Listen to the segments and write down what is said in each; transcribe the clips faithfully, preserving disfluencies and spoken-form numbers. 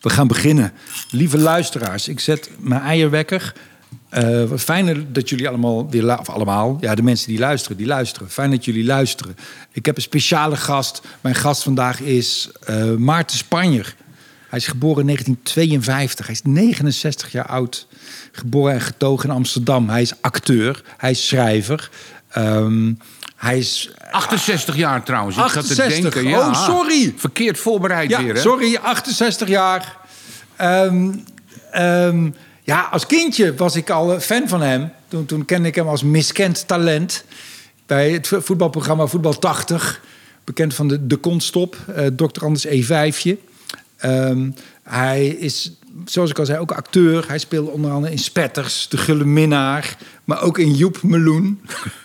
We gaan beginnen. Lieve luisteraars, ik zet mijn eierwekker. Uh, wat fijn dat jullie allemaal weer... Lu- of allemaal, ja, de mensen die luisteren, die luisteren. Fijn dat jullie luisteren. Ik heb een speciale gast. Mijn gast vandaag is uh, Maarten Spanjer. Hij is geboren in negentien tweeënvijftig. Hij is negenenzestig jaar oud. Geboren en getogen in Amsterdam. Hij is acteur. Hij is schrijver. Um, hij is... achtenzestig jaar trouwens. achtenzestig. Ik zat te denken, ja, oh, sorry. Verkeerd voorbereid ja, weer, hè? Sorry, achtenzestig jaar. Um, um, ja, als kindje was ik al fan van hem. Toen, toen kende ik hem als miskend talent. Bij het voetbalprogramma Voetbal tachtig. Bekend van de, de Konststop. Uh, dokter Anders E vijfje. Um, hij is, zoals ik al zei, ook acteur. Hij speelde onder andere in Spetters, De Gulle Minnaar, maar ook in Joep Meloen.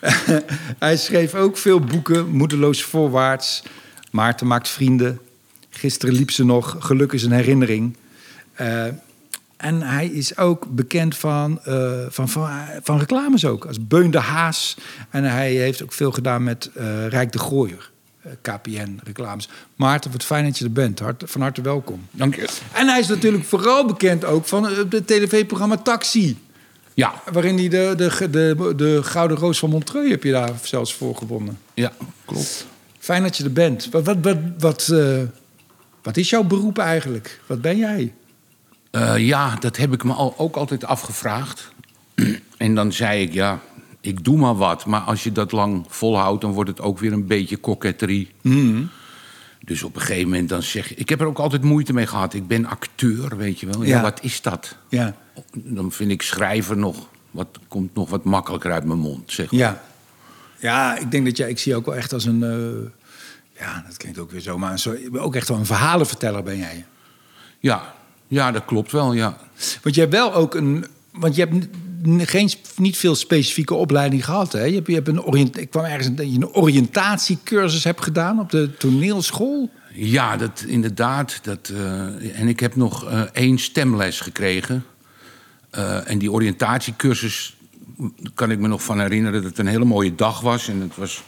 Hij schreef ook veel boeken, Moedeloos voorwaarts, Maarten maakt vrienden, Gisteren liep ze nog, Geluk is een herinnering. Uh, en hij is ook bekend van, uh, van, van, van reclames ook, als Beun de Haas. En hij heeft ook veel gedaan met uh, Rijk de Gooier. K P N-reclames. Maarten, wat fijn dat je er bent. Hart, van harte welkom. Dank je. En hij is natuurlijk vooral bekend ook van het tv-programma Taxi. Ja. Waarin hij de, de, de, de Gouden Roos van Montreux heb je daar zelfs voor gewonnen. Ja, klopt. Fijn dat je er bent. Wat, wat, wat, wat, uh, wat is jouw beroep eigenlijk? Wat ben jij? Uh, ja, dat heb ik me al, ook altijd afgevraagd. En dan zei ik, ja... ik doe maar wat, maar als je dat lang volhoudt... dan wordt het ook weer een beetje koketterie. Mm-hmm. Dus op een gegeven moment dan zeg je... ik heb er ook altijd moeite mee gehad. Ik ben acteur, weet je wel. Ja, ja. Wat is dat? Ja. Dan vind ik schrijven nog... wat komt nog wat makkelijker uit mijn mond, zeg maar. Ja, ja, ik denk dat jij... ik zie je ook wel echt als een... Uh, ja, dat klinkt ook weer zo... maar een, ook echt wel een verhalenverteller ben jij. Ja, ja, dat klopt wel, ja. Want je hebt wel ook een... want je hebt... Geen, niet veel specifieke opleiding gehad. Hè? Je hebt, je hebt een orient, ik kwam ergens dat je een oriëntatiecursus hebt gedaan op de toneelschool. Ja, dat inderdaad. Dat, uh, en ik heb nog uh, één stemles gekregen. Uh, en die oriëntatiecursus kan ik me nog van herinneren dat het een hele mooie dag was. En het was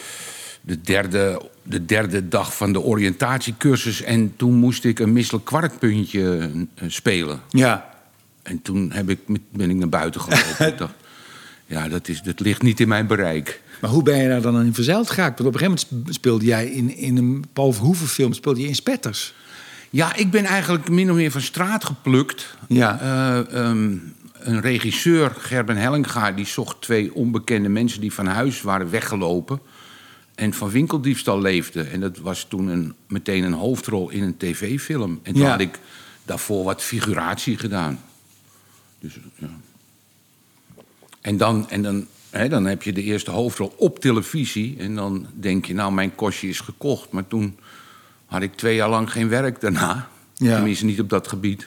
de derde, de derde dag van de oriëntatiecursus. En toen moest ik een misselijk kwarkpuntje uh, spelen. Ja. En toen heb ik, ben ik naar buiten gelopen. Ik dacht, ja, dat, is, dat ligt niet in mijn bereik. Maar hoe ben je daar dan in verzeild geraakt? Want op een gegeven moment speelde jij in, in een Paul Verhoeven film... speelde je in Spetters. Ja, ik ben eigenlijk min of meer van straat geplukt. Ja. Uh, um, een regisseur, Gerben Hellinga, die zocht twee onbekende mensen... die van huis waren weggelopen en van winkeldiefstal leefden. En dat was toen een, meteen een hoofdrol in een tv-film. En toen ja. had ik daarvoor wat figuratie gedaan. Dus, ja. En, dan, en dan, hè, dan heb je de eerste hoofdrol op televisie. En dan denk je, nou, mijn kostje is gekocht. Maar toen had ik twee jaar lang geen werk daarna. Ja. Tenminste, niet op dat gebied.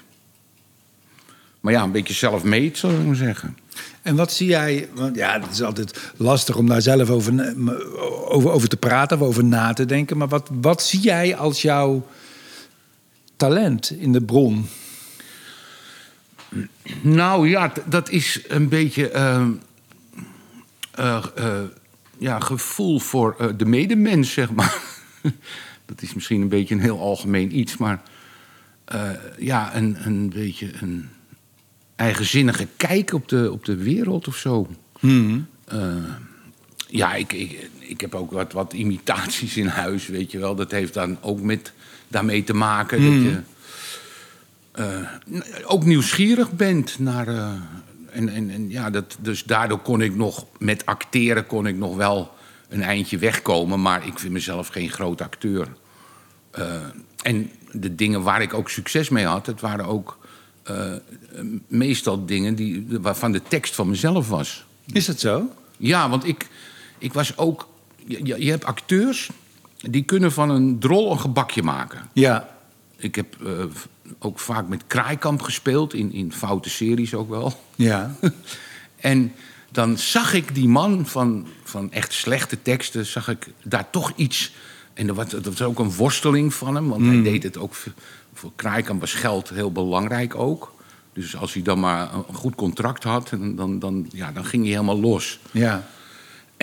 Maar ja, een beetje self-made, zou ik maar zeggen. En wat zie jij... want ja, het is altijd lastig om daar zelf over, over, over te praten... of over na te denken. Maar wat, wat zie jij als jouw talent in de bron... Nou ja, dat is een beetje uh, uh, uh, ja, gevoel voor uh, de medemens, zeg maar. Dat is misschien een beetje een heel algemeen iets, maar uh, ja, een, een beetje een eigenzinnige kijk op de, op de wereld of zo. Mm-hmm. Uh, ja, ik, ik, ik heb ook wat, wat imitaties in huis, weet je wel. Dat heeft dan ook met daarmee te maken mm. dat je... Uh, ook nieuwsgierig bent naar... Uh, en, en, en ja, dat, dus daardoor kon ik nog... met acteren kon ik nog wel een eindje wegkomen... maar ik vind mezelf geen groot acteur. Uh, en de dingen waar ik ook succes mee had... het waren ook uh, meestal dingen die, waarvan de tekst van mezelf was. Is dat zo? Ja, want ik, ik was ook... Je, je hebt acteurs... die kunnen van een drol een gebakje maken. Ja. Ik heb uh, ook vaak met Kraaikamp gespeeld, in, in foute series ook wel. Ja. En dan zag ik die man van, van echt slechte teksten, zag ik daar toch iets... En dat was, dat was ook een worsteling van hem, want mm. hij deed het ook... Voor Kraaikamp was geld heel belangrijk ook. Dus als hij dan maar een goed contract had, dan, dan, dan, ja, dan ging hij helemaal los. Ja. En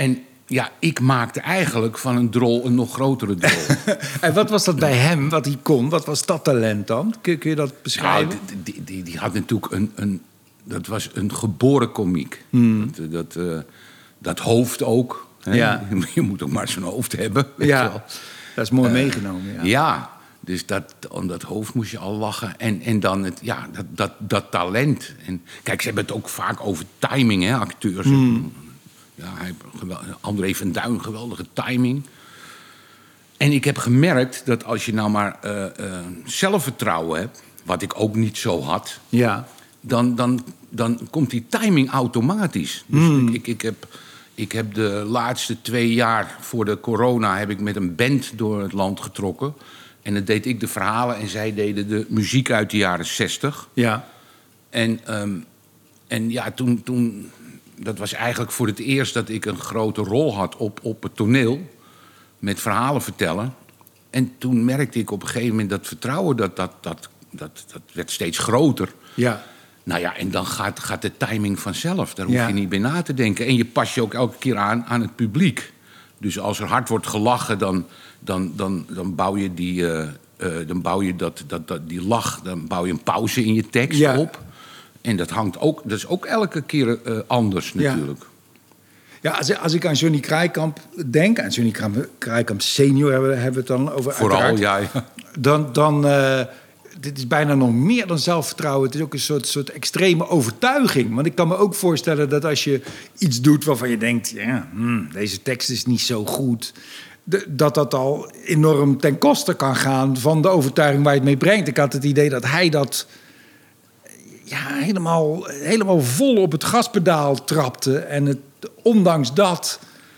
ja, ik maakte eigenlijk van een drol een nog grotere drol. En wat was dat bij hem, wat hij kon? Wat was dat talent dan? Kun, kun je dat beschrijven? Nou, die, die, die, die had natuurlijk een, een... Dat was een geboren komiek. Hmm. Dat, dat, uh, dat hoofd ook. Hè? Ja. Je moet ook maar zo'n hoofd hebben. Weet Ja, je wel. dat is mooi Uh, meegenomen. Ja, ja dus dat, om dat hoofd moest je al lachen. En, en dan het, ja, dat, dat, dat talent. En, kijk, ze hebben het ook vaak over timing, hè, acteurs. Hmm. Ja, hij, André van Duin, geweldige timing. En ik heb gemerkt dat als je nou maar uh, uh, zelfvertrouwen hebt... wat ik ook niet zo had... Ja. Dan, dan, dan komt die timing automatisch. Dus Mm. ik, ik, ik, heb, ik heb de laatste twee jaar voor de corona... heb ik met een band door het land getrokken. En dan deed ik de verhalen en zij deden de muziek uit de jaren zestig. Ja. En, um, en ja, toen, toen... Dat was eigenlijk voor het eerst dat ik een grote rol had op, op het toneel... met verhalen vertellen. En toen merkte ik op een gegeven moment dat vertrouwen... dat, dat, dat, dat, dat werd steeds groter... Ja. Nou ja, en dan gaat, gaat de timing vanzelf. Daar hoef Ja. je niet bij na te denken. En je pas je ook elke keer aan aan het publiek. Dus als er hard wordt gelachen, dan, dan, dan, dan bouw je, die, uh, uh, dan bouw je dat, dat, dat, die lach... dan bouw je een pauze in je tekst Ja. op. En dat, hangt ook, dat is ook elke keer uh, anders natuurlijk. Ja, als, als ik aan Johnny Krijkamp denk... aan Johnny Krijkamp senior hebben, hebben we het dan over... Vooral, uiteraard, ja. Dan... dan uh, dit is bijna nog meer dan zelfvertrouwen. Het is ook een soort, soort extreme overtuiging. Want ik kan me ook voorstellen dat als je iets doet waarvan je denkt... ja, hmm, deze tekst is niet zo goed... De, dat dat al enorm ten koste kan gaan van de overtuiging waar je het mee brengt. Ik had het idee dat hij dat ja, helemaal, helemaal vol op het gaspedaal trapte. En het, ondanks dat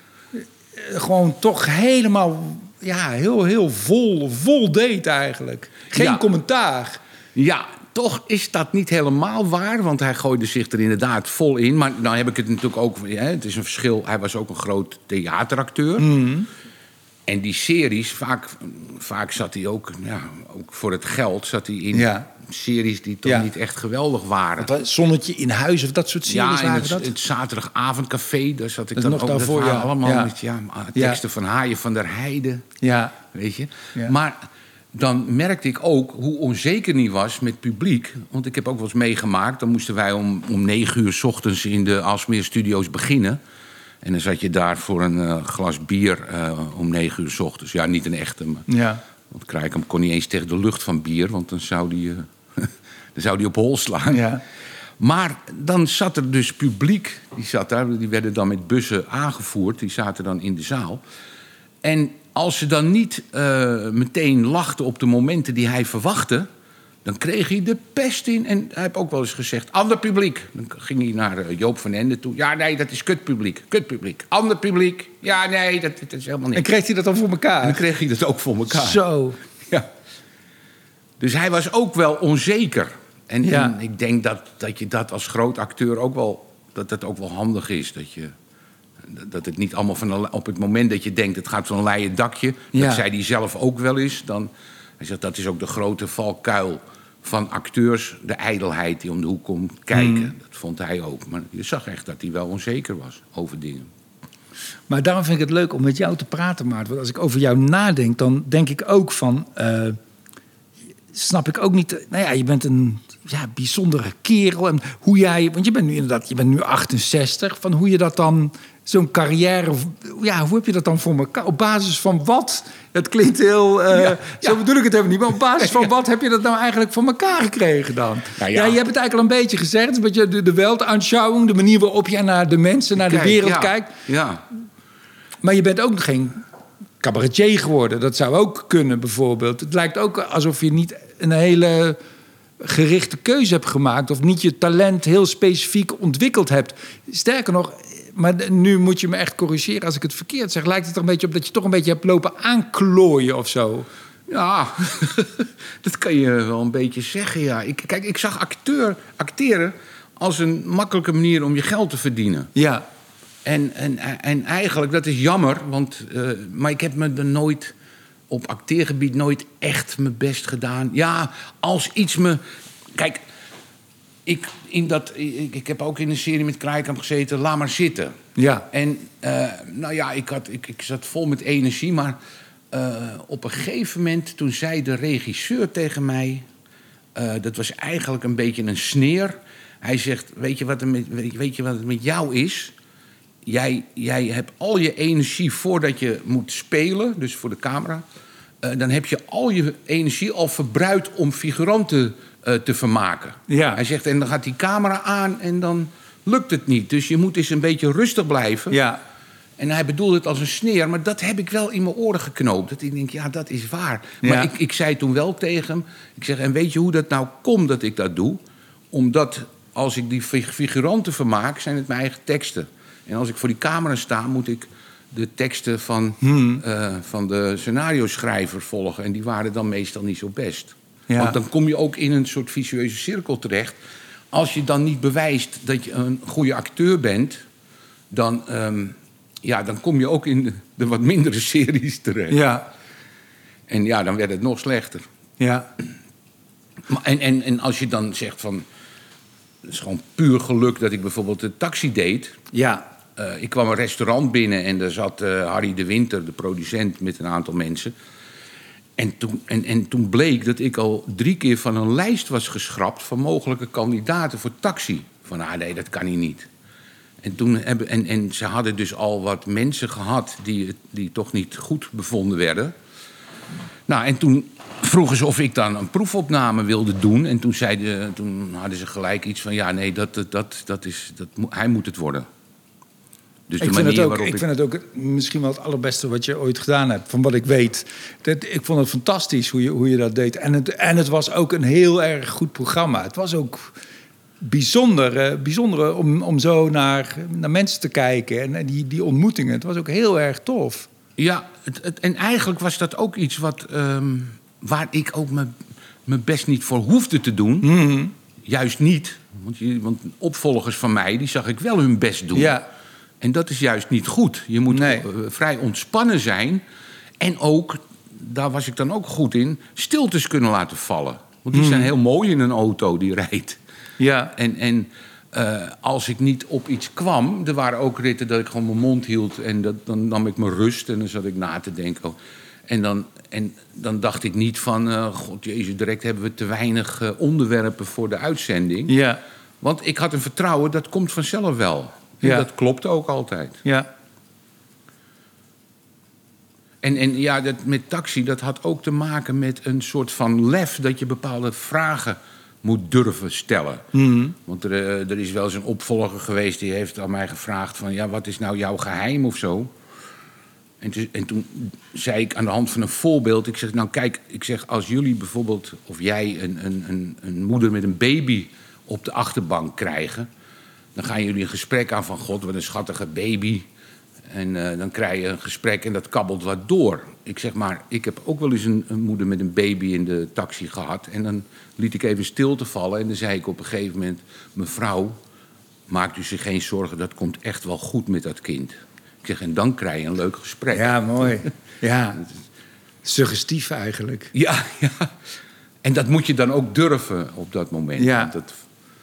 gewoon toch helemaal... ja, heel, heel vol, vol deed eigenlijk. Geen Ja. commentaar. Ja, toch is dat niet helemaal waar. Want hij gooide zich er inderdaad vol in. Maar nou heb ik het natuurlijk ook... Hè, het is een verschil. Hij was ook een groot theateracteur. Mm. En die series, vaak, vaak zat hij ook... Ja, ook voor het geld zat hij in Ja. series die toch Ja. niet echt geweldig waren. Wat, Zonnetje in huis of dat soort series Ja, in waren het, dat? het zaterdagavondcafé, daar zat ik Dat dan nog ook daarvoor, dat ja. allemaal Ja. met ja, teksten van Haaien van der Heijden. Ja. Weet je? Ja. Maar dan merkte ik ook hoe onzeker hij was met publiek. Want ik heb ook wel eens meegemaakt. Dan moesten wij om, om negen uur 's ochtends in de Aalsmeer Studio's beginnen. En dan zat je daar voor een uh, glas bier uh, om negen uur 's ochtends. Ja, niet een echte, maar... Ja. Want Krijkamp kon niet eens tegen de lucht van bier. Want dan zou die, uh, dan zou die op hol slaan. Ja. Maar dan zat er dus publiek. Die, zat daar, die werden dan met bussen aangevoerd. Die zaten dan in de zaal. En als ze dan niet uh, meteen lachten op de momenten die hij verwachtte... dan kreeg hij de pest in. En hij heeft ook wel eens gezegd, ander publiek. Dan ging hij naar uh, Joop van Ende toe. Ja, nee, dat is kutpubliek. Kutpubliek. Ander publiek. Ja, nee, dat, dat is helemaal niet. En kreeg hij dat dan voor elkaar? En dan kreeg hij dat ook voor elkaar. Zo. Ja. Dus hij was ook wel onzeker. En, Ja. en ik denk dat, dat je dat als groot acteur ook wel... dat dat ook wel handig is. Dat, je, dat het niet allemaal van een, op het moment dat je denkt... het gaat van een leien dakje. Ja. Dat zei hij zelf ook wel eens. Dan, hij zegt, dat is ook de grote valkuil van acteurs. De ijdelheid die om de hoek komt kijken. Mm. Dat vond hij ook. Maar je zag echt dat hij wel onzeker was over dingen. Maar daarom vind ik het leuk om met jou te praten, Maarten. Want als ik over jou nadenk, dan denk ik ook van... Uh, snap ik ook niet... Nou ja, je bent een ja, bijzondere kerel. En hoe jij... Want je bent nu inderdaad... Je bent nu achtenzestig. Van hoe je dat dan... Zo'n carrière... Ja, hoe heb je dat dan voor elkaar? Op basis van wat? Het klinkt heel... Uh, ja, zo ja. bedoel ik het helemaal niet. Maar op basis van ja. wat heb je dat nou eigenlijk voor elkaar gekregen dan? Nou ja. ja, je hebt het eigenlijk al een beetje gezegd. Een beetje de, de Weltanschauung. De manier waarop jij naar de mensen, naar Kijk, de wereld ja. kijkt. Ja. Maar je bent ook geen cabaretier geworden. Dat zou ook kunnen, bijvoorbeeld. Het lijkt ook alsof je niet een hele gerichte keuze hebt gemaakt... of niet je talent heel specifiek ontwikkeld hebt. Sterker nog, maar nu moet je me echt corrigeren als ik het verkeerd zeg... lijkt het er een beetje op dat je toch een beetje hebt lopen aanklooien of zo. Ja, dat kan je wel een beetje zeggen, ja. Ik, kijk, ik zag acteur, acteren als een makkelijke manier om je geld te verdienen. Ja. En, en, en eigenlijk, dat is jammer, want, uh, maar ik heb me er nooit... op acteergebied nooit echt mijn best gedaan. Ja, als iets me... Kijk, ik, in dat, ik, ik heb ook in een serie met Kraaikamp gezeten, Laat maar zitten. Ja. En uh, nou ja, ik, had, ik, ik zat vol met energie, maar uh, op een gegeven moment... toen zei de regisseur tegen mij... Uh, dat was eigenlijk een beetje een sneer. Hij zegt, weet je wat, er met, weet je wat het met jou is? Jij, jij hebt al je energie voordat je moet spelen, dus voor de camera... Uh, dan heb je al je energie al verbruikt om figuranten uh, te vermaken. Ja. Hij zegt, en dan gaat die camera aan en dan lukt het niet. Dus je moet eens een beetje rustig blijven. Ja. En hij bedoelde het als een sneer, maar dat heb ik wel in mijn oren geknoopt. Dat ik denk, ja, dat is waar. Ja. Maar ik, ik zei toen wel tegen hem... Ik zeg, en weet je hoe dat nou komt dat ik dat doe? Omdat als ik die figuranten vermaak, zijn het mijn eigen teksten. En als ik voor die camera sta, moet ik de teksten van, hmm. uh, van de scenario-schrijver volgen. En die waren dan meestal niet zo best. Ja. Want dan kom je ook in een soort vicieuze cirkel terecht. Als je dan niet bewijst dat je een goede acteur bent... dan... Um, Ja, dan kom je ook in de, de wat mindere series terecht. Ja. En ja, dan werd het nog slechter. Ja. Maar, en, en, en als je dan zegt van... Het is gewoon puur geluk dat ik bijvoorbeeld de Taxi deed. Ja. Uh, ik kwam een restaurant binnen en daar zat uh, Harry de Winter, de producent, met een aantal mensen. En toen, en, en toen bleek dat ik al drie keer van een lijst was geschrapt... van mogelijke kandidaten voor Taxi. Van, ah nee, dat kan hij niet. En, toen hebben, en, en ze hadden dus al wat mensen gehad die, die toch niet goed bevonden werden. Nou, en toen vroegen ze of ik dan een proefopname wilde doen. En toen, zeiden, toen hadden ze gelijk iets van... ja, nee, dat, dat, dat, dat is, dat, hij moet het worden. Dus ik, de vind manier het ook, waarop ik ik vind het ook misschien wel het allerbeste wat je ooit gedaan hebt. Van wat ik weet. Dat, ik vond het fantastisch hoe je, hoe je dat deed. En het, en het was ook een heel erg goed programma. Het was ook... Bijzonder, uh, bijzonder om, om zo naar, naar mensen te kijken en, en die, die ontmoetingen. Het was ook heel erg tof. Ja, het, het, en eigenlijk was dat ook iets wat, um, waar ik ook mijn best niet voor hoefde te doen. Mm-hmm. Juist niet. Want, je, want opvolgers van mij, die zag ik wel hun best doen. Ja. En dat is juist niet goed. Je moet nee. uh, vrij ontspannen zijn. En ook, daar was ik dan ook goed in, stiltes kunnen laten vallen. Want die mm. zijn heel mooi in een auto die rijdt. Ja. En, en uh, als ik niet op iets kwam... Er waren ook ritten dat ik gewoon mijn mond hield... en dat, dan nam ik me rust en dan zat ik na te denken. En dan, en dan dacht ik niet van... Uh, God jezus, direct hebben we te weinig uh, onderwerpen voor de uitzending. Ja. Want ik had een vertrouwen, dat komt vanzelf wel. En ja. dat klopt ook altijd. Ja. En, en ja, dat met Taxi, dat had ook te maken met een soort van lef... dat je bepaalde vragen... moet durven stellen. Mm-hmm. Want er, er is wel eens een opvolger geweest... die heeft aan mij gevraagd van... ja, wat is nou jouw geheim of zo? En, te, en toen zei ik aan de hand van een voorbeeld... ik zeg, nou kijk, ik zeg, als jullie bijvoorbeeld... of jij een, een, een, een moeder met een baby op de achterbank krijgen... dan gaan jullie een gesprek aan van... God, wat een schattige baby... En uh, dan krijg je een gesprek en dat kabbelt wat door. Ik zeg maar, ik heb ook wel eens een, een moeder met een baby in de taxi gehad. En dan liet ik even stilte vallen. En dan zei ik op een gegeven moment... mevrouw, maakt u zich geen zorgen, dat komt echt wel goed met dat kind. Ik zeg, en dan krijg je een leuk gesprek. Ja, mooi. Ja, suggestief eigenlijk. Ja, ja. En dat moet je dan ook durven op dat moment. Ja. Want dat...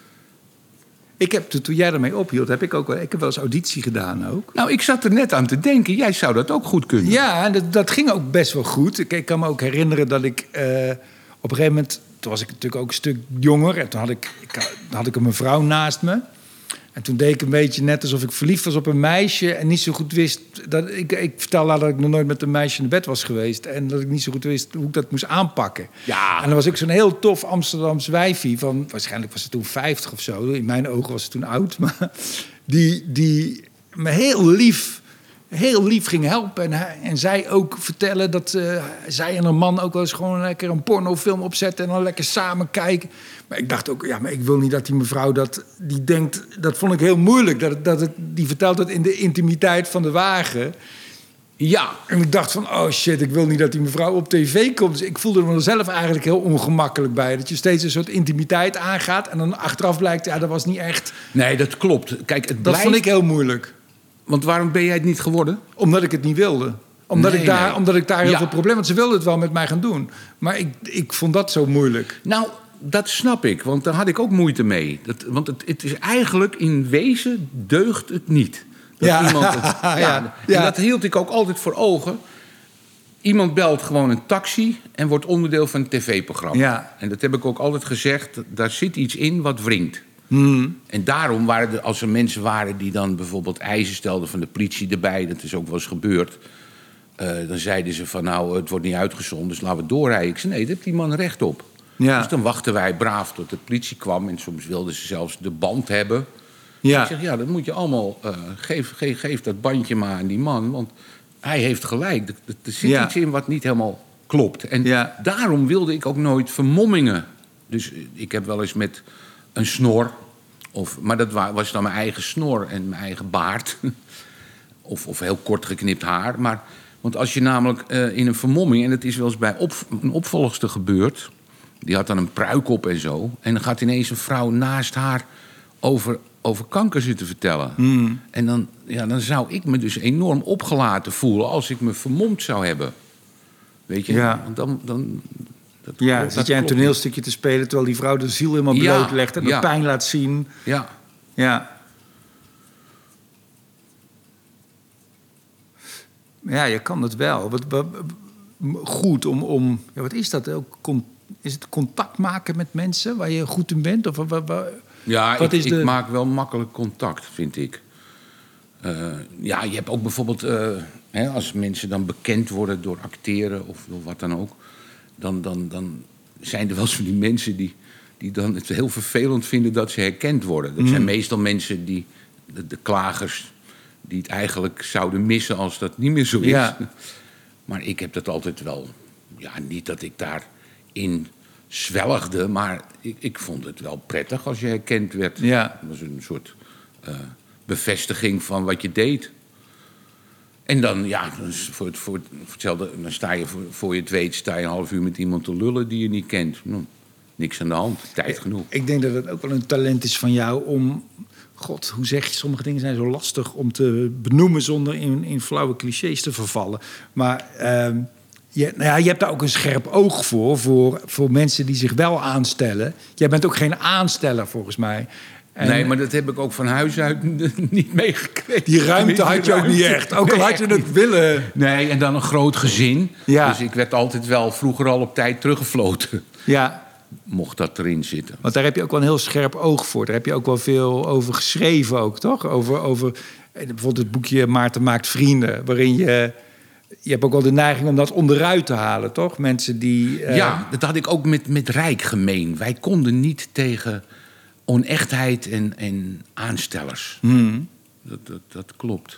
Ik heb, toen jij ermee ophield, heb ik ook wel, ik heb wel eens auditie gedaan ook. Nou, ik zat er net aan te denken, jij zou dat ook goed kunnen. Ja, en dat, dat ging ook best wel goed. Ik, ik kan me ook herinneren dat ik uh, op een gegeven moment... Toen was ik natuurlijk ook een stuk jonger. En toen had ik, ik, had ik een mevrouw naast me. En toen deed ik een beetje net alsof ik verliefd was op een meisje... en niet zo goed wist... Dat, ik, ik vertelde haar dat ik nog nooit met een meisje in bed was geweest... en dat ik niet zo goed wist hoe ik dat moest aanpakken. Ja. En dan was ik zo'n heel tof Amsterdams wijfie van... waarschijnlijk was ze toen vijftig of zo. In mijn ogen was ze toen oud. Maar die, die me heel lief... heel lief ging helpen. En, hij, en zij ook vertellen dat uh, zij en haar man ook wel eens gewoon lekker een pornofilm opzetten... en dan lekker samen kijken. Maar ik dacht ook, ja, maar ik wil niet dat die mevrouw dat... die denkt, dat vond ik heel moeilijk. Dat, dat het, die vertelt dat in de intimiteit van de wagen. Ja, en ik dacht van, oh shit, ik wil niet dat die mevrouw op tv komt. Dus ik voelde me er zelf eigenlijk heel ongemakkelijk bij. Dat je steeds een soort intimiteit aangaat... en dan achteraf blijkt, ja, dat was niet echt... Nee, dat klopt. Kijk, het dat blijft... vond ik heel moeilijk. Want waarom ben jij het niet geworden? Omdat ik het niet wilde. Omdat, nee, ik, daar, nee. omdat ik daar heel ja. veel problemen... Want ze wilden het wel met mij gaan doen. Maar ik, ik vond dat zo moeilijk. Nou, dat snap ik, want daar had ik ook moeite mee. Dat, want het, het is eigenlijk in wezen deugt het niet. Dat Ja. iemand het, ja, Ja. En dat hield ik ook altijd voor ogen. Iemand belt gewoon een taxi en wordt onderdeel van een tv-programma. Ja. En dat heb ik ook altijd gezegd, daar zit iets in wat wringt. Hmm. En daarom waren er, als er mensen waren die dan bijvoorbeeld eisen stelden van de politie erbij, dat is ook wel eens gebeurd, uh, dan zeiden ze van nou, het wordt niet uitgezonden, dus laten we doorrijden. Ik zei nee, daar heeft die man recht op. Ja. Dus dan wachten wij braaf tot de politie kwam en soms wilden ze zelfs de band hebben. Ja. Ik zeg ja, dat moet je allemaal, uh, geef, geef, geef dat bandje maar aan die man, want hij heeft gelijk. Er, er zit Ja. iets in wat niet helemaal klopt. En Ja. daarom wilde ik ook nooit vermommingen. Dus ik heb wel eens met een snor, of, maar dat was dan mijn eigen snor en mijn eigen baard. of, of heel kort geknipt haar. Maar, want als je namelijk uh, in een vermomming, en het is wel eens bij op, een opvolgster gebeurd, die had dan een pruik op en zo, en dan gaat ineens een vrouw naast haar over, over kanker zitten vertellen. Mm. En dan, ja, dan zou ik me dus enorm opgelaten voelen als ik me vermomd zou hebben. Weet je? Ja. Want dan, dan, dat Ja, klopt- zit dat jij een klopt toneelstukje te spelen terwijl die vrouw de ziel helemaal Ja, blootlegt en de ja. pijn laat zien. niet. Ja. Ja. Ja, je kan het wel. Wat, wat, goed om, om... Ja, wat is dat? Ook con- is het contact maken met mensen waar je goed in bent? Of wat, wat, wat- Ja, Wat ik, is de- ik maak wel makkelijk contact, vind ik. Uh, ja, je hebt ook bijvoorbeeld... Uh, hè, als mensen dan bekend worden door acteren of door wat dan ook, Dan, dan, dan zijn er wel eens van die mensen die, die dan het heel vervelend vinden dat ze herkend worden. Dat zijn Mm. meestal mensen die... De, de klagers die het eigenlijk zouden missen als dat niet meer zo is. Ja. Maar ik heb dat altijd wel... Ja, niet dat ik daarin zwelgde, maar ik, ik vond het wel prettig als je herkend werd. Ja. Dat was een soort uh, bevestiging van wat je deed. En dan, ja, dus voor, het, voor, het, voor hetzelfde, dan sta je voor, voor je het weet, sta je een half uur met iemand te lullen die je niet kent. Nou, niks aan de hand, tijd genoeg. Ik denk dat het ook wel een talent is van jou om... God, hoe zeg je, sommige dingen zijn zo lastig om te benoemen zonder in, in flauwe clichés te vervallen. Maar uh, je, nou ja, je hebt daar ook een scherp oog voor, voor, voor mensen die zich wel aanstellen. Jij bent ook geen aansteller, volgens mij. En nee, maar dat heb ik ook van huis uit niet meegekregen. die ruimte had je ook niet echt, ook al had je het willen. Nee, en dan een groot gezin. Ja. Dus ik werd altijd wel vroeger al op tijd teruggefloten. Ja, Mocht dat erin zitten. want daar heb je ook wel een heel scherp oog voor. Daar heb je ook wel veel over geschreven ook, toch? Over, over bijvoorbeeld het boekje Maarten maakt vrienden, waarin je... Je hebt ook wel de neiging om dat onderuit te halen, toch? Mensen die... Uh... Ja, dat had ik ook met, met Rijk gemeen. Wij konden niet tegen onechtheid en, en aanstellers. Hmm. Dat, dat, dat klopt.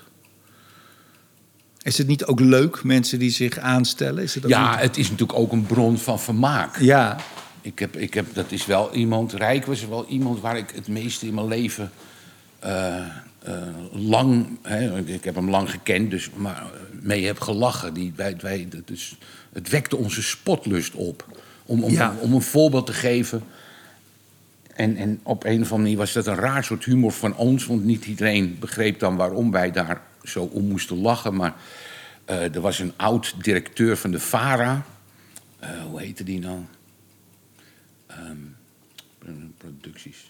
Is het niet ook leuk, mensen die zich aanstellen? Is het ook Ja, niet... het is natuurlijk ook een bron van vermaak. Ja, Ik heb, ik heb, dat is wel iemand... Rijk was wel iemand waar ik het meeste in mijn leven... Uh, uh, lang... Hè, ik heb hem lang gekend, dus maar mee heb gelachen. Die, wij, wij, dat is, het wekte onze spotlust op. Om, om, Ja. om een voorbeeld te geven. En, en op een of andere manier was dat een raar soort humor van ons. Want niet iedereen begreep dan waarom wij daar zo om moesten lachen. Maar uh, er was een oud-directeur van de VARA. Uh, hoe heette die nou? Um, producties.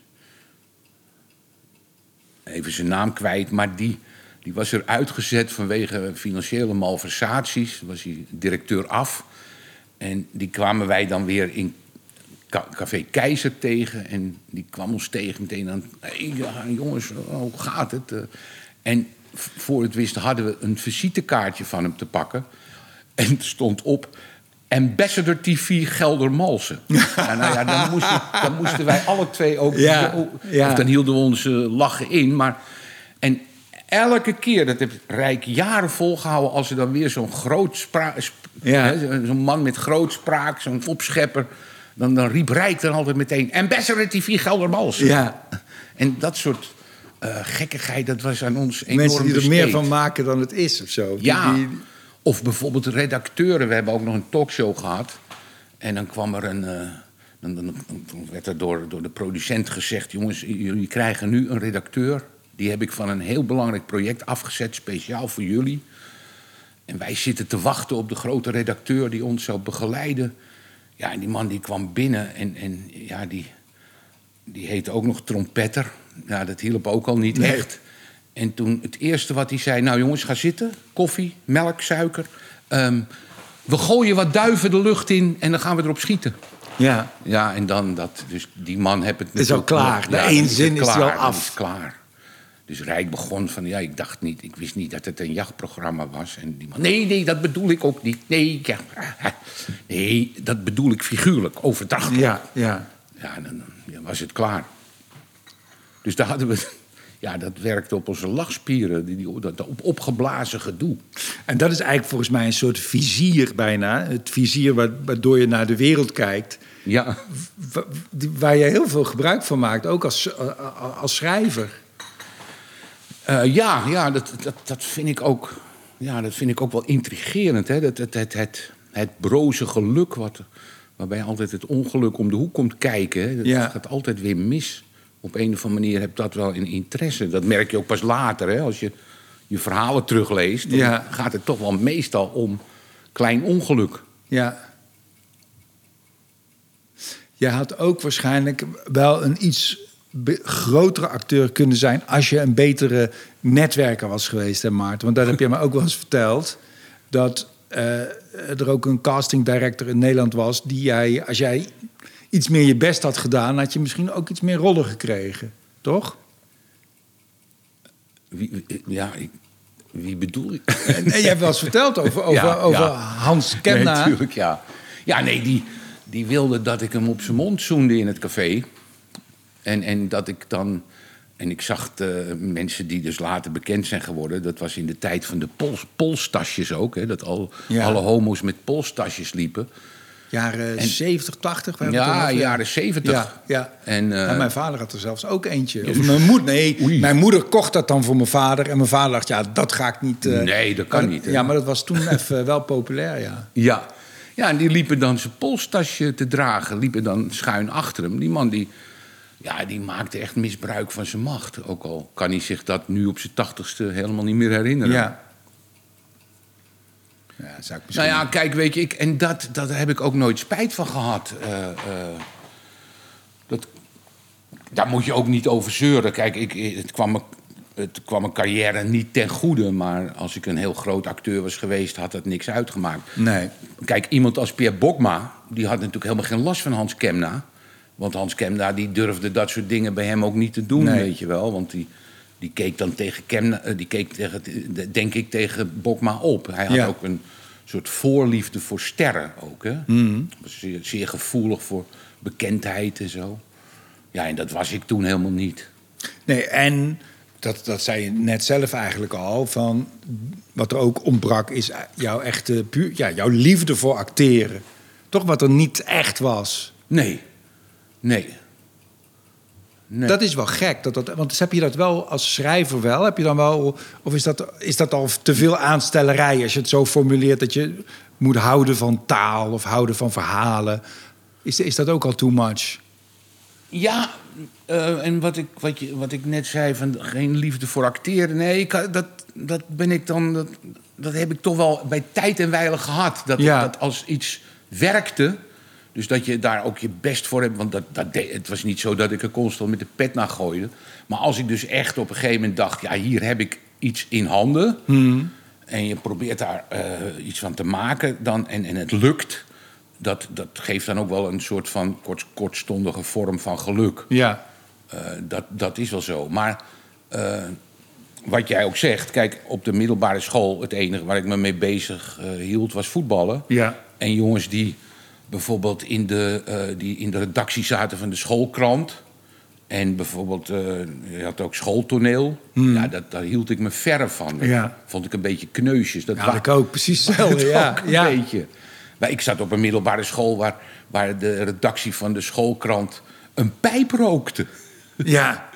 Even zijn naam kwijt, maar die, die was er uitgezet vanwege financiële malversaties. Was hij directeur af. En die kwamen wij dan weer in Café Keizer tegen. En die kwam ons tegen meteen aan... Hey, ja, jongens, hoe gaat het? En voor het wisten hadden we een visitekaartje van hem te pakken. En er stond op... Ambassador T V Geldermalsen. Ja, nou ja, dan moesten, dan moesten wij alle twee ook... Ja, ja. Of dan hielden we onze lachen in. Maar, en elke keer, dat heb Rijk jaren volgehouden... als er dan weer zo'n groot spra- sp- Ja. hè, zo'n man met grootspraak, zo'n opschepper... Dan, dan riep Rijk dan altijd meteen... Ambassador T V Geldermalsen. ja. En dat soort uh, gekkigheid, dat was aan ons enorm Mensen die er besteed. meer van maken dan het is of zo. Die- Ja, die- of bijvoorbeeld de redacteuren. We hebben ook nog een talkshow gehad. En dan kwam er een... Uh, dan, dan, dan werd er door, door de producent gezegd... jongens, jullie krijgen nu een redacteur. Die heb ik van een heel belangrijk project afgezet... speciaal voor jullie. En wij zitten te wachten op de grote redacteur... die ons zou begeleiden. Ja, en die man die kwam binnen en, en ja, die, die heette ook nog trompetter. Ja, dat hielp ook al niet Nee. echt. En toen het eerste wat hij zei... nou jongens, ga zitten. Koffie, melk, suiker. Um, we gooien wat duiven de lucht in en dan gaan we erop schieten. Ja. Ja, en dan dat... Dus die man heeft het... Is al klaar. Na Ja, één dan het zin is hij al klaar, dan af. is het klaar. Dus Rijk begon van... Ja, ik dacht niet... Ik wist niet dat het een jachtprogramma was. En die man... Nee, nee, dat bedoel ik ook niet. Nee, ja, nee dat bedoel ik figuurlijk. Overdrachtelijk. Ja, ja. Ja, dan, dan was het klaar. Dus daar hadden we... Ja, dat werkte op onze lachspieren. Die, die, dat op, opgeblazen gedoe. En dat is eigenlijk volgens mij een soort vizier bijna. Het vizier waardoor je naar de wereld kijkt. Ja. Waar je heel veel gebruik van maakt, ook als, als schrijver. Uh, ja, ja dat, dat, dat, vind ik ook, ja, dat vind ik ook wel intrigerend. Hè? Dat, het, het, het, het broze geluk, wat, waarbij altijd het ongeluk om de hoek komt kijken. Hè? Dat Ja. gaat altijd weer mis. Op een of andere manier heb dat wel een interesse. Dat merk je ook pas later. Hè? Als je je verhalen terugleest, dan Ja. gaat het toch wel meestal om klein ongeluk. Ja. Je had ook waarschijnlijk wel een iets be- grotere acteur kunnen zijn als je een betere netwerker was geweest, hè, Maarten? Want dat heb je me ook wel eens verteld. Dat uh, er ook een casting director in Nederland was die jij, als jij iets meer je best had gedaan, had je misschien ook iets meer rollen gekregen, toch? Wie, ja, ik, wie bedoel ik? Nee, je hebt wel eens verteld over, over, Ja, over ja. Hans Kemna. Nee, natuurlijk, ja. Ja, nee, die, die wilde dat ik hem op zijn mond zoende in het café. En, en dat ik dan... En ik zag de mensen die dus later bekend zijn geworden. Dat was in de tijd van de pols, polstasjes ook. Hè, dat al, Ja. alle homo's met polstasjes liepen. Jaren En- zeventig, tachtig? waren het Ja, toen, of, jaren zeventig. Ja, ja. En, eh, Ja, mijn vader had er zelfs ook eentje. Of mijn moeder, nee, Oei. mijn moeder kocht dat dan voor mijn vader. En mijn vader dacht, ja, dat ga ik niet... eh, Nee, dat kan maar- niet, hè. Ja, maar dat was toen even wel populair, ja. Ja. Ja, en die liepen dan zijn polstasje te dragen. Liepen dan schuin achter hem. Die man die, ja, die maakte echt misbruik van zijn macht. Ook al kan hij zich dat nu op zijn tachtigste helemaal niet meer herinneren. Ja. Ja, zou ik misschien... Nou ja, kijk, weet je, ik, en dat, dat heb ik ook nooit spijt van gehad. Eh, eh, dat, daar moet je ook niet over zeuren. Kijk, ik, het, kwam me, het kwam mijn carrière niet ten goede. Maar als ik een heel groot acteur was geweest, had dat niks uitgemaakt. Nee. Kijk, iemand als Pierre Bokma, die had natuurlijk helemaal geen last van Hans Kemna. Want Hans Kemna, die durfde dat soort dingen bij hem ook niet te doen, Nee. weet je wel. Want die, die keek dan tegen Kemna, eh, die keek tegen, denk ik, tegen Bokma op. Hij had Ja. ook een soort voorliefde voor sterren ook, hè. Mhm. Was zeer, zeer gevoelig voor bekendheid en zo. Ja, en dat was ik toen helemaal niet. Nee, en dat, dat zei je net zelf eigenlijk al. Van, wat er ook ontbrak is jouw echte... Puur, ja, jouw liefde voor acteren. Toch wat er niet echt was. Nee, nee. Nee. Dat is wel gek. Dat dat, want heb je dat wel als schrijver wel? Heb je dan wel, of is dat, is dat al te veel aanstellerij als je het zo formuleert dat je moet houden van taal of houden van verhalen? Is, is dat ook al too much? Ja, uh, en wat ik, wat, je, wat ik net zei, van geen liefde voor acteren. Nee, ik, dat, dat ben ik dan. Dat, dat heb ik toch wel bij tijd en wijle gehad. Dat, Ja. dat als iets werkte, dus dat je daar ook je best voor hebt. Want dat, dat deed, het was niet zo dat ik er constant met de pet naar gooide. Maar als ik dus echt op een gegeven moment dacht, ja, hier heb ik iets in handen. Hmm. En je probeert daar uh, iets van te maken, dan, en, en het lukt. Dat, dat geeft dan ook wel een soort van kort, kortstondige vorm van geluk. Ja. Uh, dat, dat is wel zo. Maar uh, wat jij ook zegt, kijk, op de middelbare school... het enige waar ik me mee bezig uh, hield was voetballen. Ja. En jongens die bijvoorbeeld in de, uh, die in de redactie zaten van de schoolkrant... en bijvoorbeeld, uh, je had ook schooltoneel... Hmm. Ja, dat, daar hield ik me verre van. Dat Ja. vond ik een beetje kneusjes. Dat Ja, wa- ik ook. Precies hetzelfde. dat Ja. ook een Ja. beetje. Maar ik zat op een middelbare school waar, waar de redactie van de schoolkrant een pijp rookte. Ja.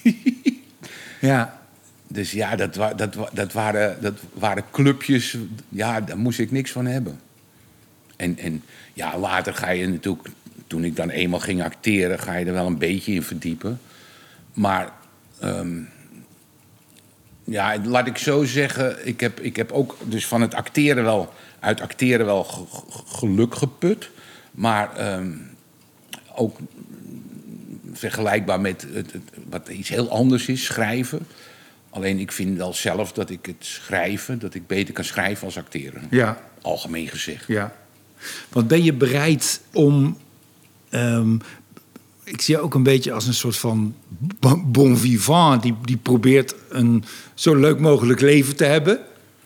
Ja. Dus ja, dat, wa- dat, wa- dat, waren, dat waren clubjes, ja, daar moest ik niks van hebben. En, en ja, later ga je natuurlijk, toen ik dan eenmaal ging acteren, ga je er wel een beetje in verdiepen. Maar um, ja, laat ik zo zeggen, ik heb, ik heb ook dus van het acteren wel, uit acteren wel ge- ge- geluk geput. Maar um, ook vergelijkbaar met het, het, wat iets heel anders is, schrijven. Alleen ik vind wel zelf dat ik het schrijven, dat ik beter kan schrijven als acteren. Ja. Algemeen gezegd. Ja. Want ben je bereid om... Um, ik zie je ook een beetje als een soort van bon vivant... die, die probeert een zo leuk mogelijk leven te hebben.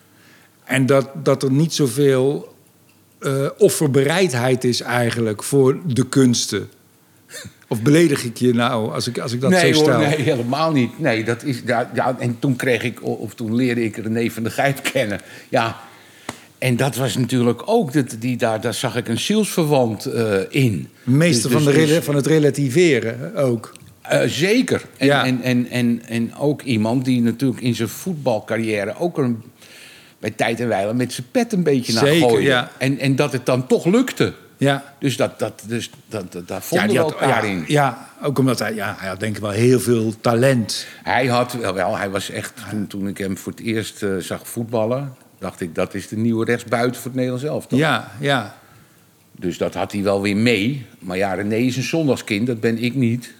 En dat, dat er niet zoveel uh, offerbereidheid is eigenlijk voor de kunsten. Of beledig ik je nou als ik, als ik dat nee, zo stel? Hoor, nee, helemaal niet. Nee, dat is, ja, ja, en toen kreeg ik, of toen leerde ik René van der Gijp kennen. Ja, en dat was natuurlijk ook, dat, die, daar, daar zag ik een zielsverwant uh, in. Meester dus, van, de, dus, dus, van het relativeren ook. Uh, zeker. En, ja. en, en, en, en ook iemand die natuurlijk in zijn voetbalcarrière ook een, bij tijd en wijle met zijn pet een beetje naar gooide. Ja. En, en dat het dan toch lukte. Ja. Dus, dat, dat, dus dat, dat, daar vonden ja, we had, elkaar ja, in. Ja, ook omdat hij, ja, hij had denk ik wel heel veel talent. Hij had wel, wel hij was echt, toen, toen ik hem voor het eerst uh, zag voetballen, dacht ik, dat is de nieuwe rechtsbuiten voor het Nederlands elftal. Ja, ja. Dus dat had hij wel weer mee. Maar ja, René is een zondagskind, dat ben ik niet.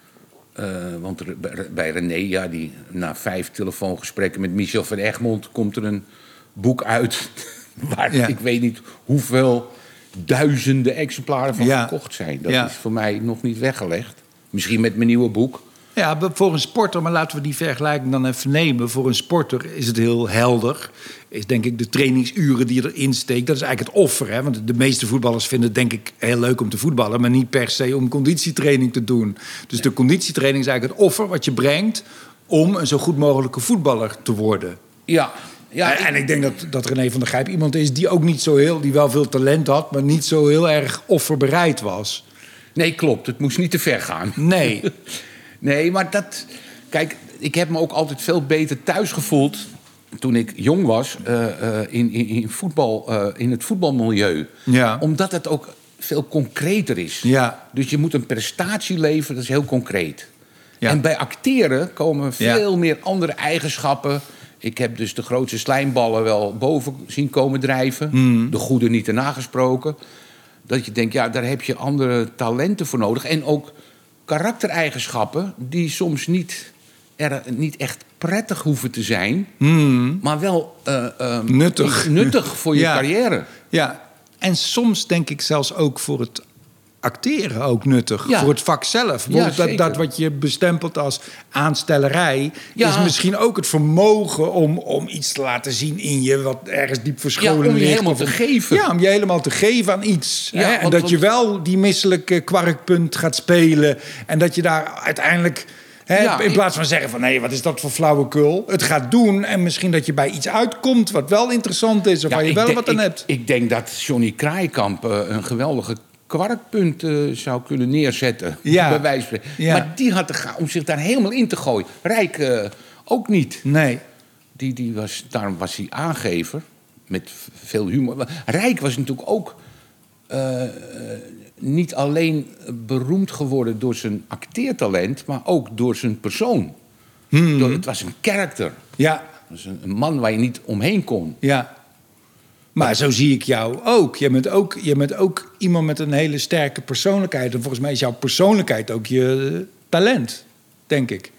Uh, want er, bij René, ja, die, na vijf telefoongesprekken met Michel van Egmond komt er een boek uit waar ja. ik weet niet hoeveel duizenden exemplaren van ja. verkocht zijn. Dat ja. is voor mij nog niet weggelegd. Misschien met mijn nieuwe boek. Ja, voor een sporter, maar laten we die vergelijking dan even nemen. Voor een sporter is het heel helder. Is denk ik de trainingsuren die je erin steekt. Dat is eigenlijk het offer. Hè? Want de meeste voetballers vinden het denk ik heel leuk om te voetballen. Maar niet per se om conditietraining te doen. Dus de conditietraining is eigenlijk het offer wat je brengt om een zo goed mogelijke voetballer te worden. Ja. Ja, en, ik... en ik denk dat, dat René van der Gijp iemand is die ook niet zo heel, die wel veel talent had, maar niet zo heel erg offerbereid was. Nee, klopt. Het moest niet te ver gaan. Nee. Nee, maar dat... Kijk, ik heb me ook altijd veel beter thuis gevoeld toen ik jong was uh, uh, in, in, in, voetbal, uh, in het voetbalmilieu. Ja. Omdat het ook veel concreter is. Ja. Dus je moet een prestatie leveren, dat is heel concreet. Ja. En bij acteren komen veel ja. meer andere eigenschappen. Ik heb dus de grootste slijmballen wel boven zien komen drijven. Mm. De goede niet erna gesproken. Dat je denkt, ja, daar heb je andere talenten voor nodig. En ook karaktereigenschappen die soms niet, er, niet echt prettig hoeven te zijn. Mm. Maar wel uh, uh, nuttig. nuttig voor je ja. carrière. Ja, en soms denk ik zelfs ook voor het acteren ook nuttig. Ja. Voor het vak zelf. Ja, dat, dat wat je bestempelt als aanstellerij ja. is misschien ook het vermogen om, om iets te laten zien in je wat ergens diep verscholen ligt. Ja, om je ligt, helemaal of, te geven. Ja, om je helemaal te geven aan iets. Ja, hè? want, En dat want, je wel die misselijke kwarkpunt gaat spelen. En dat je daar uiteindelijk... He, ja, in plaats van zeggen van, nee, wat is dat voor flauwekul? Het gaat doen en misschien dat je bij iets uitkomt wat wel interessant is of ja, waar je wel denk, wat aan ik, hebt. Ik denk dat Johnny Kraaikamp uh, een geweldige kwarkpunt uh, zou kunnen neerzetten. Ja. Bij wijze van. Ja. Maar die had te gaan om zich daar helemaal in te gooien. Rijk uh, ook niet. Nee. Die, die was, daarom was hij aangever met veel humor. Rijk was natuurlijk ook... Uh, uh, niet alleen beroemd geworden door zijn acteertalent, maar ook door zijn persoon. Hmm. Door, het was een karakter. Ja. Het was een, een man waar je niet omheen kon. Ja. Maar zo zie ik jou ook. Je bent ook, je bent ook iemand met een hele sterke persoonlijkheid. En volgens mij is jouw persoonlijkheid ook je talent, denk ik.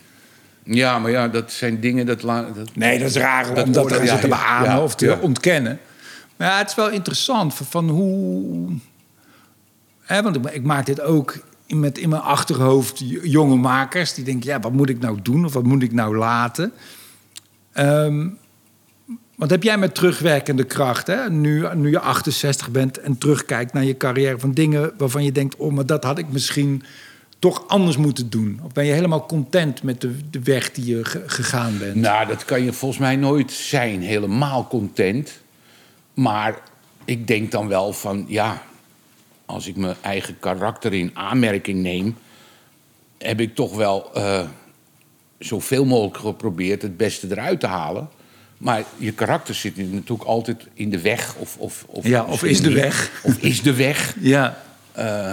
Ja, maar ja, dat zijn dingen... Dat, dat nee, dat is raar dat om dat te ja, beamen ja, of te ja. ontkennen. Maar ja, het is wel interessant van, van hoe... He, want ik, ik maak dit ook met in mijn achterhoofd jonge makers. Die denken, ja, wat moet ik nou doen of wat moet ik nou laten? Um, wat heb jij met terugwerkende kracht? Hè? Nu, nu je achtenzestig bent en terugkijkt naar je carrière... van dingen waarvan je denkt, oh, maar dat had ik misschien toch anders moeten doen. Of ben je helemaal content met de, de weg die je ge, gegaan bent? Nou, dat kan je volgens mij nooit zijn, helemaal content. Maar ik denk dan wel van, ja... als ik mijn eigen karakter in aanmerking neem... heb ik toch wel uh, zoveel mogelijk geprobeerd het beste eruit te halen. Maar je karakter zit natuurlijk altijd in de weg. Of, of, of, ja, of is de weg. Of is de weg. Ja. Uh,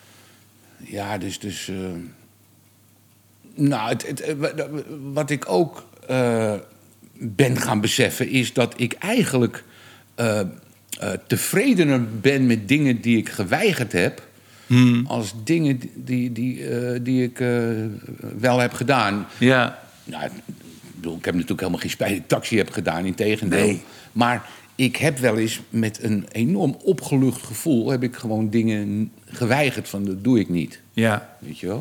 ja, dus... dus uh, nou, het, het, wat ik ook uh, ben gaan beseffen... is dat ik eigenlijk... Uh, uh, tevredener ben met dingen die ik geweigerd heb... Hmm. als dingen die, die, die, uh, die ik uh, wel heb gedaan. Ja. Nou, ik bedoel, ik heb natuurlijk helemaal geen spijt dat ik taxi heb gedaan, integendeel. Nee. Maar ik heb wel eens met een enorm opgelucht gevoel... heb ik gewoon dingen geweigerd van, dat doe ik niet. Ja. Weet je wel?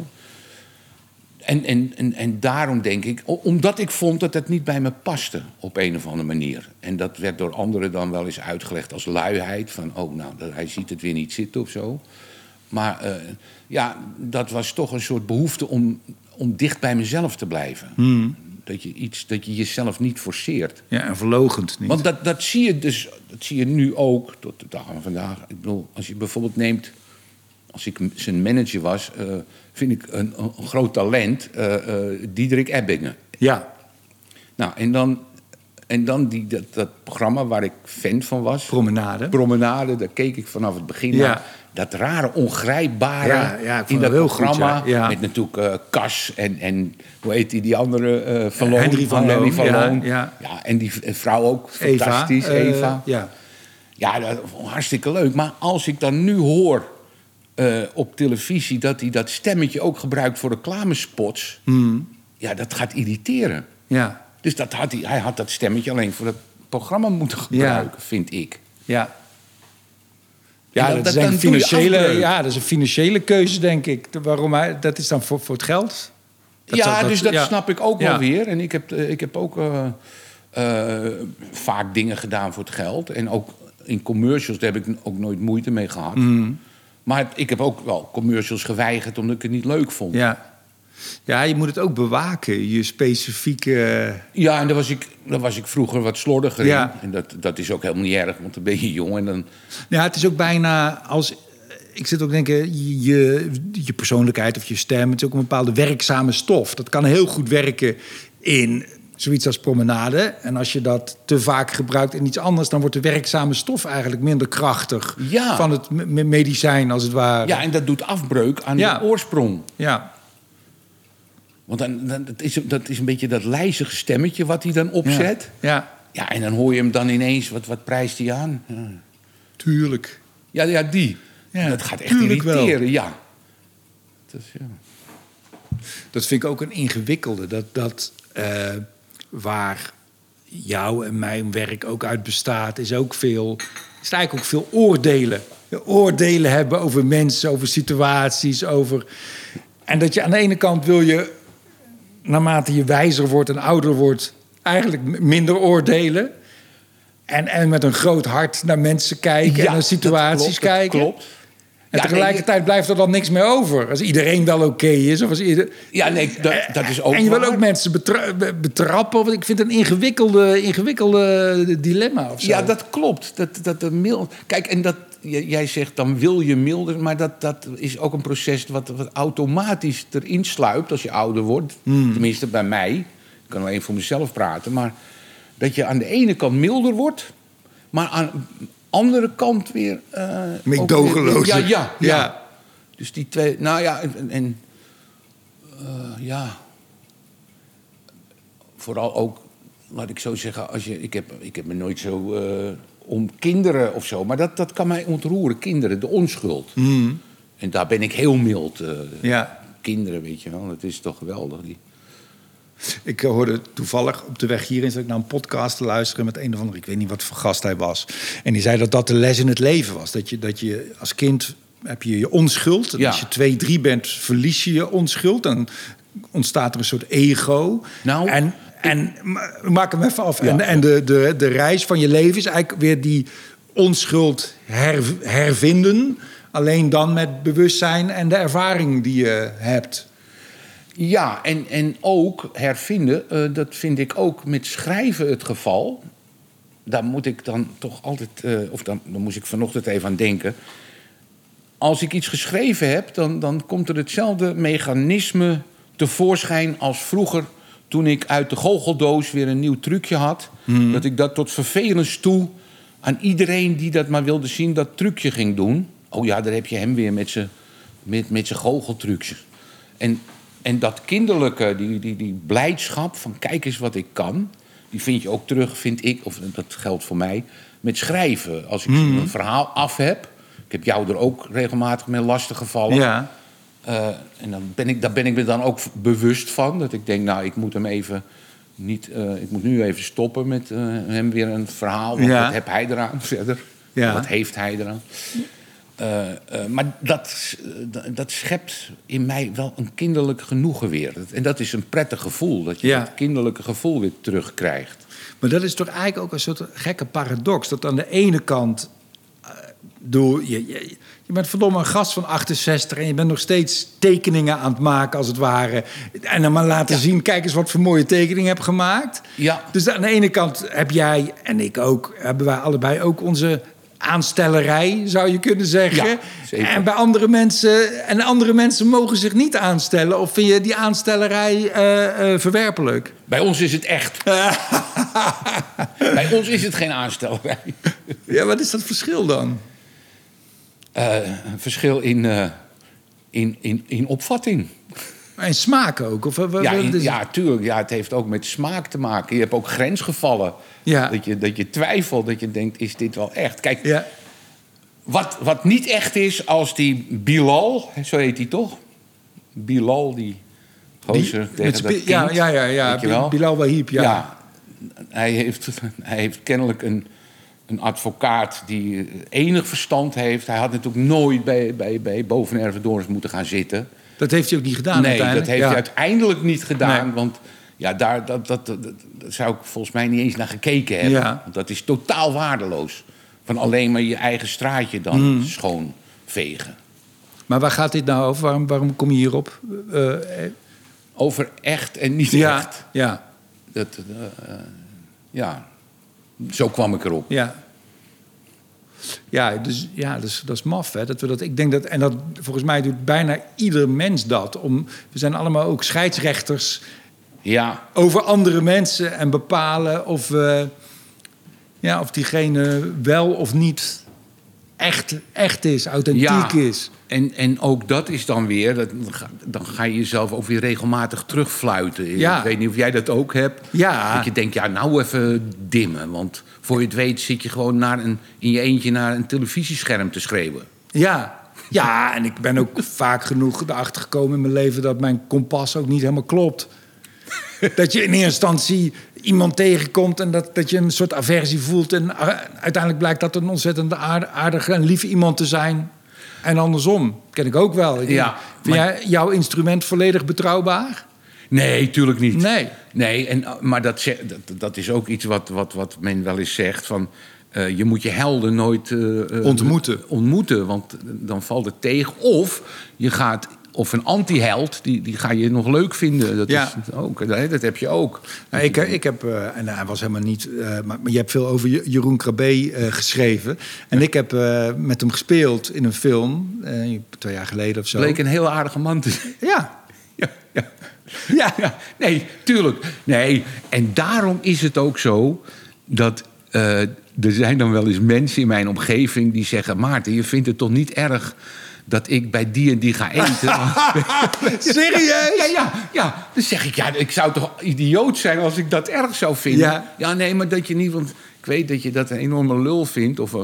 En, en, en, en daarom denk ik... omdat ik vond dat het niet bij me paste op een of andere manier. En dat werd door anderen dan wel eens uitgelegd als luiheid. Van, oh, nou, hij ziet het weer niet zitten of zo. Maar uh, ja, dat was toch een soort behoefte om, om dicht bij mezelf te blijven. Hmm. Dat je, iets, dat je jezelf niet forceert. Ja, en verloochend niet. Want dat, dat zie je dus, dat zie je nu ook, tot de dag van vandaag. Ik bedoel, als je bijvoorbeeld neemt... als ik zijn manager was, uh, vind ik een, een groot talent... Uh, uh, Diederik Ebbingen. Ja. Nou, en dan... En dan die, dat, dat programma waar ik fan van was. Promenade. Promenade, daar keek ik vanaf het begin ja. naar. Dat rare, ongrijpbare ja, ja, in dat programma. Goed, ja. Ja. Met natuurlijk uh, Cas en, en hoe heet die, die andere? Uh, van Loon. Henry van Loon. Van Loon. Ja, ja. Ja, en die vrouw ook, fantastisch, Eva. Uh, Eva. Ja, ja dat, hartstikke leuk. Maar als ik dan nu hoor uh, op televisie... dat hij dat stemmetje ook gebruikt voor reclamespots... Hmm. ja, dat gaat irriteren. Ja. Dus dat had hij, hij had dat stemmetje alleen voor het programma moeten gebruiken, ja. vind ik. Ja. Ja, dat, dat, dat, is een financiële, ja, dat is een financiële keuze, denk ik. Waarom hij, dat is dan voor, voor het geld? Dat ja, dat, dus dat ja. snap ik ook ja. wel weer. En ik heb, ik heb ook uh, uh, vaak dingen gedaan voor het geld. En ook in commercials, daar heb ik ook nooit moeite mee gehad. Mm. Maar ik heb ook wel commercials geweigerd omdat ik het niet leuk vond. Ja. Ja, je moet het ook bewaken, je specifieke... Ja, en daar was ik, daar was ik vroeger wat slordiger ja. in. En dat, dat is ook helemaal niet erg, want dan ben je jong en dan... Ja, het is ook bijna als... Ik zit ook te denken, je, je persoonlijkheid of je stem... het is ook een bepaalde werkzame stof. Dat kan heel goed werken in zoiets als Promenade. En als je dat te vaak gebruikt in iets anders... dan wordt de werkzame stof eigenlijk minder krachtig... Ja. van het medicijn, als het ware. Ja, en dat doet afbreuk aan ja. de oorsprong. Ja. Want dan, dan, dat, is, dat is een beetje dat lijzige stemmetje wat hij dan opzet. Ja, ja. ja en dan hoor je hem dan ineens, wat, wat prijst hij aan? Ja. Tuurlijk. Ja, ja die. Ja, dat gaat echt irriteren, wel. Ja. Dus, ja. Dat vind ik ook een ingewikkelde. Dat, dat uh, waar jou en mijn werk ook uit bestaat... is ook veel, is eigenlijk ook veel oordelen. Oordelen hebben over mensen, over situaties, over... En dat je aan de ene kant wil je, naarmate je wijzer wordt en ouder wordt... eigenlijk minder oordelen. En, en met een groot hart naar mensen kijken ja, en naar situaties dat klopt, kijken. Dat klopt. En ja, tegelijkertijd nee, blijft er dan niks meer over. Als iedereen wel oké okay is. Of als ieder... Ja, nee, dat, dat is ook En je wil waar. ook mensen betra- betrappen. Want ik vind het een ingewikkelde, ingewikkelde dilemma of zo. Ja, dat klopt. Dat, dat de mil... Kijk, en dat, jij zegt dan wil je milder... maar dat, dat is ook een proces wat, wat automatisch erin sluipt... als je ouder wordt. Hmm. Tenminste, bij mij. Ik kan alleen voor mezelf praten. Maar dat je aan de ene kant milder wordt... maar aan... andere kant weer... Uh, Meedogenloos. Ja, ja, ja, ja. Dus die twee... Nou ja, en... en uh, ja... Vooral ook, laat ik zo zeggen... Als je, ik, heb, ik heb me nooit zo... Uh, om kinderen of zo... Maar dat, dat kan mij ontroeren. Kinderen, de onschuld. Mm. En daar ben ik heel mild. Uh, ja. Kinderen, weet je wel. Dat is toch geweldig. Die... Ik hoorde toevallig op de weg hierin... zat ik naar een podcast te luisteren met een of andere... ik weet niet wat voor gast hij was. En die zei dat dat de les in het leven was. Dat je, dat je als kind heb je je onschuld. En ja. Als je twee, drie bent, verlies je je onschuld. Dan ontstaat er een soort ego. Nou, en, en maak hem even af. Ja. En, en de, de, de reis van je leven is eigenlijk weer die onschuld her, hervinden. Alleen dan met bewustzijn en de ervaring die je hebt. Ja, en, en ook hervinden, uh, dat vind ik ook met schrijven het geval. Daar moet ik dan toch altijd, uh, of dan, dan moest ik vanochtend even aan denken. Als ik iets geschreven heb, dan, dan komt er hetzelfde mechanisme tevoorschijn als vroeger... toen ik uit de goocheldoos weer een nieuw trucje had. Hmm. Dat ik dat tot vervelens toe aan iedereen die dat maar wilde zien... dat trucje ging doen. Oh ja, daar heb je hem weer met zijn met, met zijn goocheltrucjes. En... En dat kinderlijke, die, die, die blijdschap van kijk eens wat ik kan... die vind je ook terug, vind ik, of dat geldt voor mij, met schrijven. Als ik Mm. een verhaal af heb, ik heb jou er ook regelmatig mee lastig gevallen. Ja. Uh, en dan ben ik, daar ben ik me dan ook bewust van. Dat ik denk, nou, ik moet hem even niet. Uh, ik moet nu even stoppen met uh, hem weer een verhaal. Want Ja. wat heb hij eraan verder? Ja. Wat heeft hij eraan? Uh, uh, maar dat, uh, dat schept in mij wel een kinderlijk genoegen weer. En dat is een prettig gevoel. Dat je Ja. dat kinderlijke gevoel weer terugkrijgt. Maar dat is toch eigenlijk ook een soort gekke paradox. Dat aan de ene kant... Uh, doe, je, je, je bent verdomme een gast van achtenzestig... en je bent nog steeds tekeningen aan het maken, als het ware. En dan maar laten Ja. zien, kijk eens wat voor mooie tekeningen je hebt gemaakt. Ja. Dus aan de ene kant heb jij, en ik ook... hebben wij allebei ook onze aanstellerij, zou je kunnen zeggen. Ja, zeker. En bij andere mensen... en andere mensen mogen zich niet aanstellen. Of vind je die aanstellerij uh, uh, verwerpelijk? Bij ons is het echt. Bij ons is het geen aanstellerij. Ja, wat is dat verschil dan? Uh, een verschil in, uh, in, in, in opvatting. En smaak ook? Of, of, Ja, in, dus... ja, tuurlijk. Ja, het heeft ook met smaak te maken. Je hebt ook grensgevallen. Ja. Dat, je, dat je twijfelt, dat je denkt, is dit wel echt? Kijk, Ja. wat, wat niet echt is als die Bilal, zo heet hij toch? Bilal, die gozer Die- tegen met dat spe- kind. ja, ja, ja, ja. Weet je wel? Bilal Wahib, ja. Ja, hij, heeft, hij heeft kennelijk een, een advocaat die enig verstand heeft. Hij had natuurlijk nooit bij, bij, bij Boven Ervedorens moeten gaan zitten. Dat heeft hij ook niet gedaan Nee, dat uiteindelijk. heeft ja. hij uiteindelijk niet gedaan. Nee. Want ja, daar dat, dat, dat, dat zou ik volgens mij niet eens naar gekeken hebben. Ja. Want dat is totaal waardeloos. Van alleen maar je eigen straatje dan Mm. schoonvegen. Maar waar gaat dit nou over? Waarom, waarom kom je hierop? Uh, Over echt en niet ja, echt. ja, Dat, uh, uh, ja, zo kwam ik erop. ja. Ja, dus, ja dat, is, dat is maf. Hè? Dat we dat, ik denk dat, en dat, volgens mij doet bijna ieder mens dat. Om, we zijn allemaal ook scheidsrechters Ja, over andere mensen en bepalen of, uh, ja, of diegene wel of niet echt, echt is, authentiek ja. is. En, en ook dat is dan weer, dat, dan ga je jezelf ook weer regelmatig terugfluiten. Ja. Ik weet niet of jij dat ook hebt. Ja. Dat je denkt, ja, nou even dimmen. Want voor je het weet zit je gewoon naar een, in je eentje naar een televisiescherm te schreeuwen. Ja. Ja, en ik ben ook vaak genoeg erachter gekomen in mijn leven dat mijn kompas ook niet helemaal klopt. Dat je in eerste instantie iemand tegenkomt en dat, dat je een soort aversie voelt. En uh, uiteindelijk blijkt dat een ontzettend aard- aardige en lieve iemand te zijn. En andersom, ken ik ook wel. Ik, Ja, vind maar- jij jouw instrument volledig betrouwbaar? Nee, tuurlijk niet. Nee. Nee, en, maar dat, ze- dat, dat is ook iets wat, wat, wat men wel eens zegt. Van, uh, je moet je helden nooit uh, Ontmoeten. ontmoeten. Want dan valt het tegen. Of je gaat... Of een anti-held, die, die ga je nog leuk vinden. Dat, Ja. is ook, dat, dat heb je ook. Nou, ik, ik heb, uh, en hij was helemaal niet... Uh, maar, maar je hebt veel over Jeroen Krabbe uh, geschreven. En ik heb uh, met hem gespeeld in een film, uh, twee jaar geleden of zo. Bleek een heel aardige man te zijn. Ja. Ja, ja. Ja, ja, nee, tuurlijk. Nee, en daarom is het ook zo dat uh, er zijn dan wel eens mensen in mijn omgeving die zeggen: Maarten, je vindt het toch niet erg dat ik bij die en die ga eten? Serieus? Ja, ja, ja. Dan zeg ik, ja, ik zou toch idioot zijn als ik dat erg zou vinden. Ja. Ja, nee, maar dat je niet, want ik weet dat je dat een enorme lul vindt. Of, uh,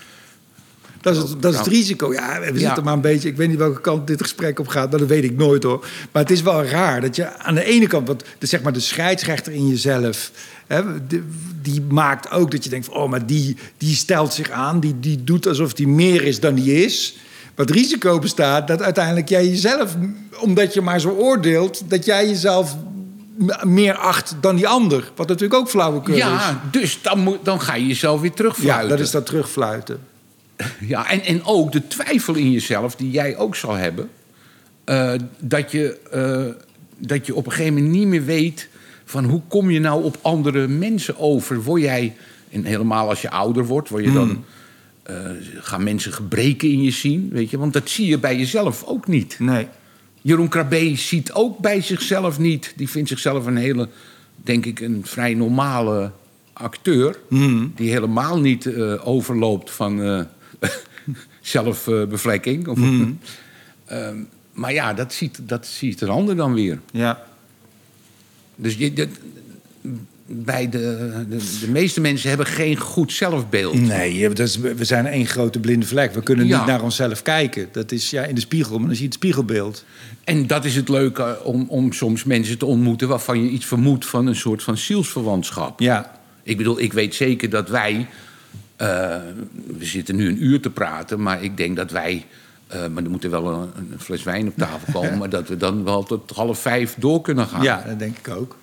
Dat is, het, dat is het risico. Ja, we Ja. zitten maar een beetje... Ik weet niet welke kant dit gesprek op gaat. Dat weet ik nooit, hoor. Maar het is wel raar dat je aan de ene kant... Want de, zeg maar de scheidsrechter in jezelf... Hè, die, die maakt ook dat je denkt... Oh, maar die, die stelt zich aan. Die, die doet alsof die meer is dan die is. Maar het risico bestaat dat uiteindelijk jij jezelf... Omdat je maar zo oordeelt... Dat jij jezelf meer acht dan die ander. Wat natuurlijk ook flauwekul is. ja, dus dan, moet, dan ga je jezelf weer terugfluiten. Ja, dat is dat terugfluiten. Ja, en, en ook de twijfel in jezelf, die jij ook zal hebben... Uh, dat, je, uh, dat je op een gegeven moment niet meer weet... van hoe kom je nou op andere mensen over? Word jij, en helemaal als je ouder wordt... Word je dan, Hmm. uh, gaan mensen gebreken in je zien, weet je? Want dat zie je bij jezelf ook niet. Nee. Jeroen Krabbe ziet ook bij zichzelf niet. Die vindt zichzelf een hele, denk ik, een vrij normale acteur... Hmm. die helemaal niet uh, overloopt van... Uh, zelfbevlekking. Of, Mm. um, maar ja, dat ziet, dat ziet een ander dan weer. Ja. Dus je, dat, bij de, de, de meeste mensen hebben geen goed zelfbeeld. Nee, dat is, we zijn één grote blinde vlek. We kunnen Ja. niet naar onszelf kijken. Dat is ja, in de spiegel, maar dan zie je het spiegelbeeld. En dat is het leuke om, om soms mensen te ontmoeten waarvan je iets vermoedt van een soort van zielsverwantschap. Ja, Ik bedoel, ik weet zeker dat wij... Uh, we zitten nu een uur te praten, maar ik denk dat wij... Uh, maar er moet er wel een, een fles wijn op tafel komen... maar dat we dan wel tot half vijf door kunnen gaan. ja, dat denk ik ook.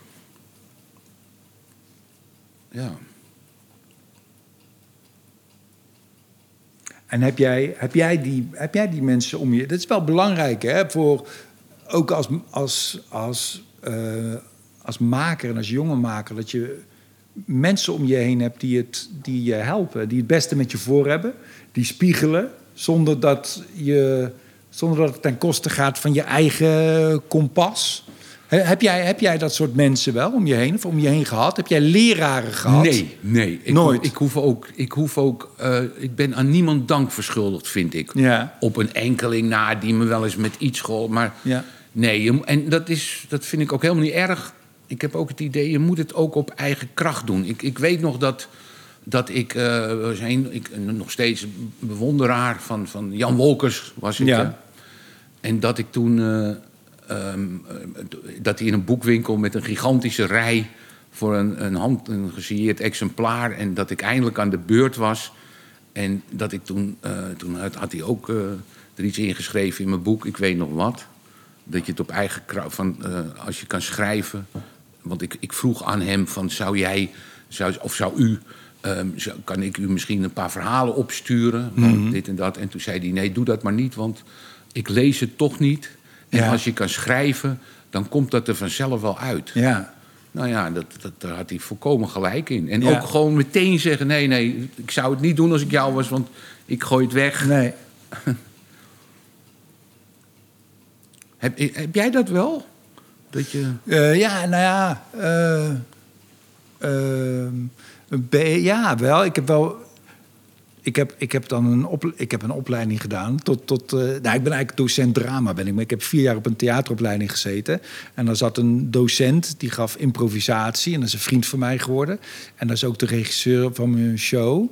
Ja. En heb jij, heb, jij die, heb jij die mensen om je... Dat is wel belangrijk, hè? Voor, ook als, als, als, uh, als maker en als jonge maker... dat je mensen om je heen hebt die, het, die je helpen. Die het beste met je voor hebben. Die spiegelen, zonder dat, je, zonder dat het ten koste gaat van je eigen kompas. He, heb, jij, heb jij dat soort mensen wel om je heen? Of om je heen gehad? Heb jij leraren gehad? Nee, nee. Ik Nooit? Hoef, ik, hoef ook, ik, hoef ook, uh, ik ben aan niemand dank verschuldigd, vind ik. Ja. Op een enkeling na die me wel eens met iets school. Maar Ja. nee, je, en dat, is, dat vind ik ook helemaal niet erg. Ik heb ook het idee, je moet het ook op eigen kracht doen. Ik, ik weet nog dat, dat ik, uh, we zijn, ik nog steeds bewonderaar van, van Jan Wolkers was ik. Ja. Uh, en dat ik toen, uh, um, dat hij in een boekwinkel met een gigantische rij voor een, een, hand, een gesigneerd exemplaar... en dat ik eindelijk aan de beurt was. En dat ik toen, uh, toen had, had hij ook uh, er iets ingeschreven in mijn boek, ik weet nog wat... Dat je het op eigen kracht, van, uh, als je kan schrijven... Want ik, ik vroeg aan hem van, zou jij, zou, of zou u... Um, zou, kan ik u misschien een paar verhalen opsturen? Mm-hmm. Dit en dat. En toen zei hij, nee, doe dat maar niet, want ik lees het toch niet. En ja. als je kan schrijven, dan komt dat er vanzelf wel uit. Ja. Nou ja, dat, dat, daar had hij volkomen gelijk in. En Ja. ook gewoon meteen zeggen, nee, nee, ik zou het niet doen als ik jou was... want ik gooi het weg. Nee. Heb, heb jij dat wel? Dat je... Uh, ja, nou ja... Uh, uh, een B, ja, wel. Ik heb wel... Ik heb, ik heb dan een, op, ik heb een opleiding gedaan tot... tot uh, nou, ik ben eigenlijk docent drama, ben ik. Maar ik heb vier jaar op een theateropleiding gezeten. En daar zat een docent, die gaf improvisatie. En dat is een vriend van mij geworden. En dat is ook de regisseur van mijn show.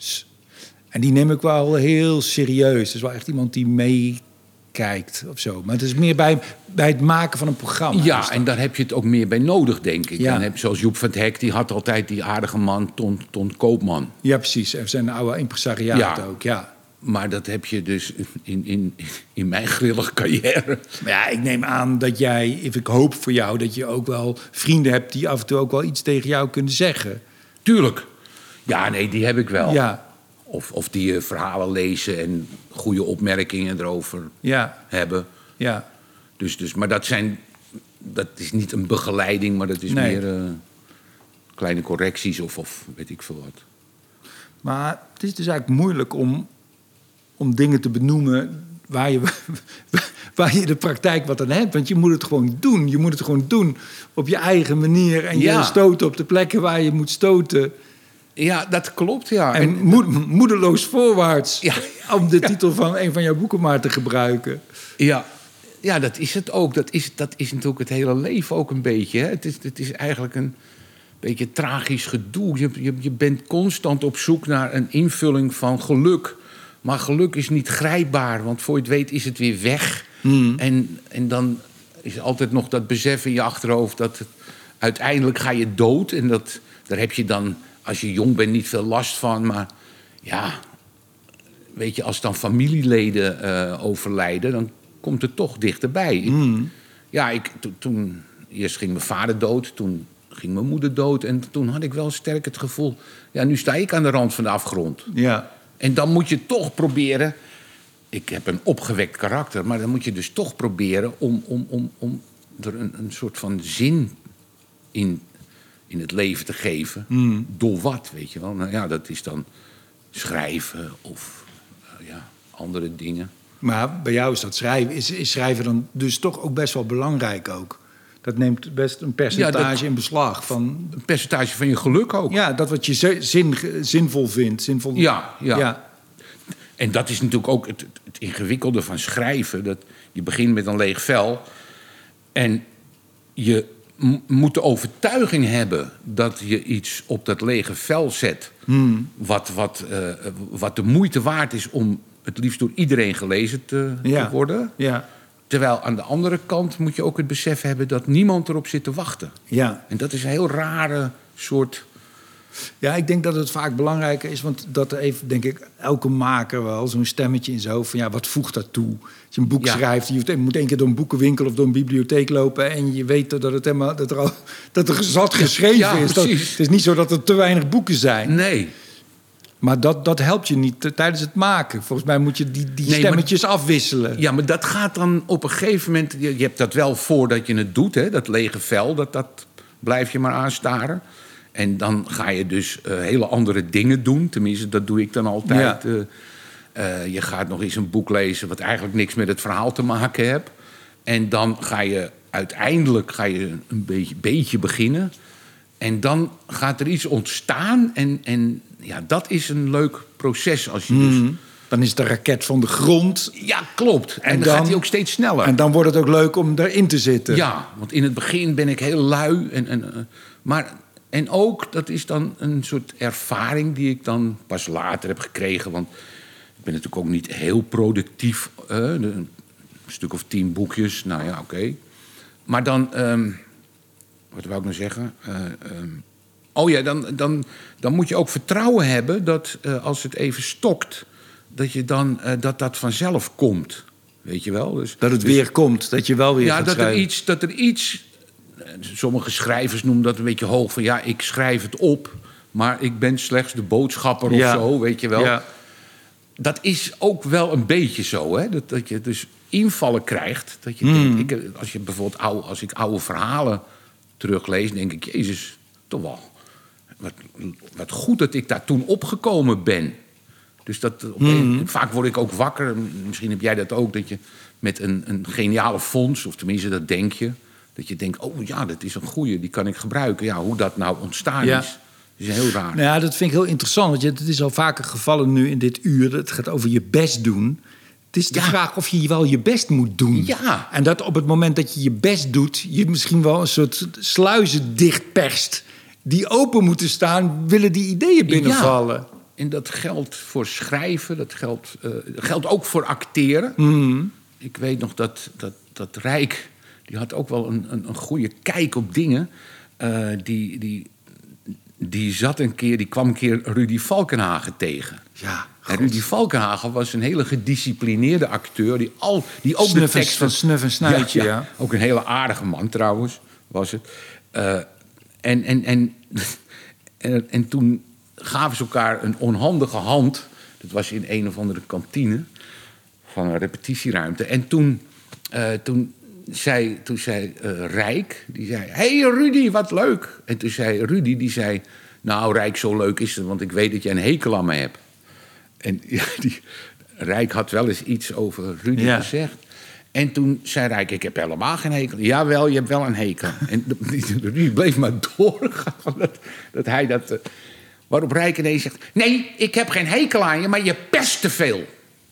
En die neem ik wel heel serieus. Dat is wel echt iemand die mee... kijkt of zo. Maar het is meer bij, bij het maken van een programma. Ja, en daar heb je het ook meer bij nodig, denk ik. Ja. Dan heb je, zoals Joep van het Hek, die had altijd die aardige man, Ton, Ton Koopman. Ja, precies. Er zijn oude impresariaat Ja. ook, ja. Maar dat heb je dus in, in, in mijn grillige carrière. Maar ja, ik neem aan dat jij, ik hoop voor jou... dat je ook wel vrienden hebt die af en toe ook wel iets tegen jou kunnen zeggen. Tuurlijk. Ja, nee, die heb ik wel. Ja. Of, of die uh, verhalen lezen en goede opmerkingen erover Ja. hebben. Ja. Dus, dus, maar dat zijn... Dat is niet een begeleiding, maar dat is Nee. meer uh, kleine correcties of, of weet ik veel wat. Maar het is dus eigenlijk moeilijk om, om dingen te benoemen... Waar je, waar je in de praktijk wat aan hebt. Want je moet het gewoon doen. Je moet het gewoon doen op je eigen manier. En Ja. je stoten op de plekken waar je moet stoten... Ja, dat klopt, ja. En, En, moed, moedeloos voorwaarts, Ja. om de Ja. titel van een van jouw boeken maar te gebruiken. Ja, ja, dat is het ook. Dat is, dat is natuurlijk het hele leven ook een beetje. Hè? Het, is, het is eigenlijk een beetje tragisch gedoe. Je, je, je bent constant op zoek naar een invulling van geluk. Maar geluk is niet grijpbaar, want voor je het weet is het weer weg. Hmm. En, en dan is altijd nog dat besef in je achterhoofd... dat het, uiteindelijk ga je dood. En dat, daar heb je dan, als je jong bent, niet veel last van. Maar ja, weet je, als dan familieleden uh, overlijden... dan komt het toch dichterbij. Ik, Mm. ja, ik, to, toen... Eerst ging mijn vader dood, toen ging mijn moeder dood... en toen had ik wel sterk het gevoel... ja, nu sta ik aan de rand van de afgrond. Ja. En dan moet je toch proberen... Ik heb een opgewekt karakter... maar dan moet je dus toch proberen om, om, om, om er een, een soort van zin in, in het leven te geven. Mm. Door wat, weet je wel. Nou ja, dat is dan schrijven of uh, ja, andere dingen. Maar bij jou is dat schrijven, is, is schrijven dan dus toch ook best wel belangrijk ook. Dat neemt best een percentage Ja, dat- in beslag van... Een percentage van je geluk ook. Ja, dat wat je zo- zin, zinvol vindt. Zinvol, Ja, ja. ja. En dat is natuurlijk ook het, het ingewikkelde van schrijven. Dat je begint met een leeg vel. En je m- moet de overtuiging hebben dat je iets op dat lege vel zet... Hmm. Wat, wat, uh, wat de moeite waard is om het liefst door iedereen gelezen te, ja. te worden. Ja. Terwijl aan de andere kant moet je ook het besef hebben... dat niemand erop zit te wachten. Ja. En dat is een heel rare soort... Ja, ik denk dat het vaak belangrijker is... want dat heeft, denk ik, elke maker wel zo'n stemmetje in zijn hoofd... van ja, wat voegt dat toe? Als je een boek ja. schrijft, je moet één keer door een boekenwinkel... of door een bibliotheek lopen... en je weet dat, het helemaal, dat, er, al, dat er zat geschreven ja, is. Dat, het is niet zo dat er te weinig boeken zijn. Nee. Maar dat, dat helpt je niet tijdens het maken. Volgens mij moet je die, die nee, stemmetjes maar, afwisselen. Ja, maar dat gaat dan op een gegeven moment... Je, je hebt dat wel voordat je het doet, hè, dat lege vel... dat, dat blijf je maar aanstaren... En dan ga je dus uh, hele andere dingen doen. Tenminste, dat doe ik dan altijd. Ja. Uh, uh, je gaat nog eens een boek lezen... wat eigenlijk niks met het verhaal te maken heeft. En dan ga je uiteindelijk ga je een beetje, beetje beginnen. En dan gaat er iets ontstaan. En, en ja, dat is een leuk proces. Als je mm. dus... Dan is het een raket van de grond. Ja, klopt. En, en dan, dan gaat hij ook steeds sneller. En dan wordt het ook leuk om erin te zitten. Ja, want in het begin ben ik heel lui. En, en, uh, maar... En ook, dat is dan een soort ervaring die ik dan pas later heb gekregen. Want ik ben natuurlijk ook niet heel productief. Uh, een stuk of tien boekjes, nou ja, oké. Okay. Maar dan, um, wat wou ik nou zeggen? Uh, um, oh ja, dan, dan, dan moet je ook vertrouwen hebben dat uh, als het even stokt... dat je dan, uh, dat, dat vanzelf komt, weet je wel. Dus, dat het dus, weer komt, dat je wel weer ja, gaat dat schrijven. Er iets, dat er iets... Sommige schrijvers noemen dat een beetje hoog. Van ja, ik schrijf het op, maar ik ben slechts de boodschapper of ja. zo, weet je wel. Ja. Dat is ook wel een beetje zo, hè. Dat, dat je dus invallen krijgt. Dat je mm. denkt, ik, als je bijvoorbeeld oude, als ik oude verhalen teruglees, denk ik, Jezus, toch wel. Wat, wat goed dat ik daar toen opgekomen ben. Dus dat, op een, mm. vaak word ik ook wakker. Misschien heb jij dat ook, dat je met een, een geniale fonds, of tenminste dat denk je... Dat je denkt, oh ja, dat is een goeie, die kan ik gebruiken. Ja, hoe dat nou ontstaan ja. is, is heel raar. Nou ja, dat vind ik heel interessant. Want het is al vaker gevallen nu in dit uur. Het gaat over je best doen. Het is de ja. vraag of je wel je best moet doen. Ja. En dat op het moment dat je je best doet... je misschien wel een soort sluizen dichtperst... die open moeten staan, willen die ideeën binnenvallen. Ja. En dat geldt voor schrijven, dat geldt, uh, geldt ook voor acteren. Mm. Ik weet nog dat, dat, dat Rijk... Die had ook wel een, een, een goede kijk op dingen. Uh, die, die, die zat een keer, die kwam een keer Rudy Valkenhagen tegen. Ja, en Rudy Valkenhagen was een hele gedisciplineerde acteur. Die, al, die ook Snuff de tekst van Snuf en Snuitje, ja, ja, ja. Ook een hele aardige man trouwens, was het. Uh, en, en, en, en, en toen gaven ze elkaar een onhandige hand. Dat was in een of andere kantine van een repetitieruimte. En toen... Uh, toen Zei, toen zei uh, Rijk, die zei... Hé hey Rudy, wat leuk. En toen zei Rudy, die zei... Nou, Rijk, zo leuk is het, want ik weet dat jij een hekel aan me hebt. En ja, die, Rijk had wel eens iets over Rudy ja. gezegd. En toen zei Rijk, ik heb helemaal geen hekel. Jawel, je hebt wel een hekel. En Rudy bleef maar doorgaan. Dat, dat hij dat... Uh, waarop Rijk ineens zegt... Nee, ik heb geen hekel aan je, maar je pest te veel.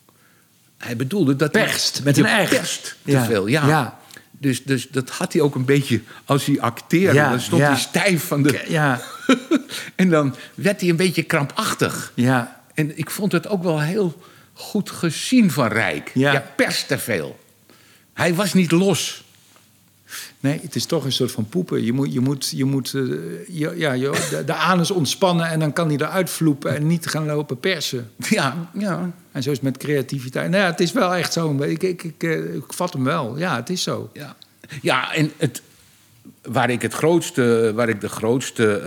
Hij bedoelde dat... Perst, met een echt. Perst te ja. veel, ja. ja. Dus, dus dat had hij ook een beetje als hij acteerde. Ja, dan stond ja. hij stijf van de... Ja. En dan werd hij een beetje krampachtig. Ja. En ik vond het ook wel heel goed gezien van Rijk. Ja. Ja, pers te veel. Hij was niet los. Nee, het is toch een soort van poepen. Je moet, je moet, je moet uh, je, ja, je, de, de anus ontspannen en dan kan hij eruit vloepen en niet gaan lopen persen. Ja, ja. En zo is het met creativiteit. Nou ja, het is wel echt zo. Ik, ik, ik, ik vat hem wel. Ja, het is zo. Ja, ja en het, waar ik het grootste, waar ik de grootste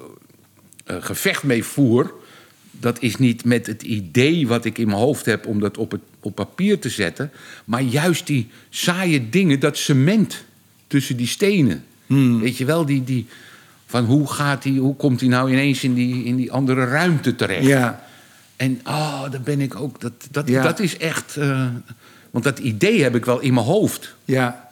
uh, uh, gevecht mee voer, dat is niet met het idee wat ik in mijn hoofd heb om dat op, het, op papier te zetten, maar juist die saaie dingen, dat cement tussen die stenen. Hmm. Weet je wel, die, die, van hoe gaat die, hoe komt hij nou ineens in die, in die andere ruimte terecht? Ja. En oh, daar ben ik ook, dat, dat, ja. dat is echt, uh, want dat idee heb ik wel in mijn hoofd. Ja.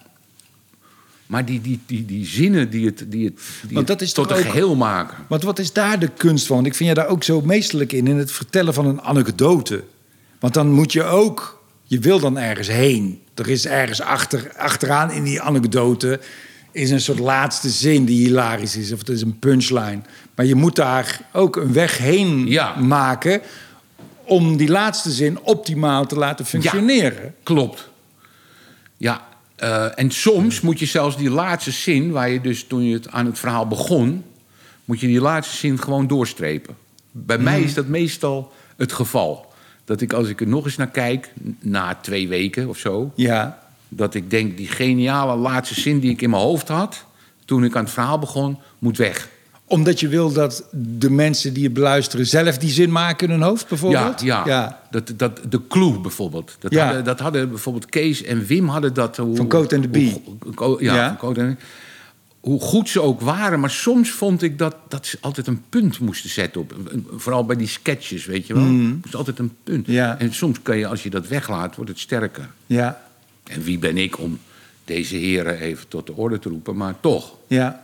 Maar die, die, die, die zinnen die het, die het, die want dat het is tot een ook, geheel maken. Want wat is daar de kunst van? Want ik vind je daar ook zo meesterlijk in, in het vertellen van een anekdote. Want dan moet je ook, je wil dan ergens heen. Er is ergens achter, achteraan in die anekdote is een soort laatste zin die hilarisch is. Of het is een punchline. Maar je moet daar ook een weg heen Ja. maken... om die laatste zin optimaal te laten functioneren. Ja, klopt. Ja, uh, en soms moet je zelfs die laatste zin... waar je dus toen je het aan het verhaal begon... moet je die laatste zin gewoon doorstrepen. Bij mm. mij is dat meestal het geval. Dat ik, als ik er nog eens naar kijk... na twee weken of zo... Ja. dat ik denk, die geniale laatste zin die ik in mijn hoofd had... toen ik aan het verhaal begon, moet weg. Omdat je wil dat de mensen die je beluisteren... zelf die zin maken in hun hoofd, bijvoorbeeld? Ja, ja. ja. Dat, dat, de clue bijvoorbeeld. Dat, ja. hadden, dat hadden bijvoorbeeld Kees en Wim hadden dat... Hoe, van Coat and the Bee. Hoe, ja, ja. Van Coat and the, hoe goed ze ook waren. Maar soms vond ik dat, dat ze altijd een punt moesten zetten. Op, vooral bij die sketches, weet je wel. Mm. moest altijd een punt. Ja. En soms kan je, als je dat weglaat, wordt het sterker. Ja. En wie ben ik om deze heren even tot de orde te roepen, maar toch. Ja.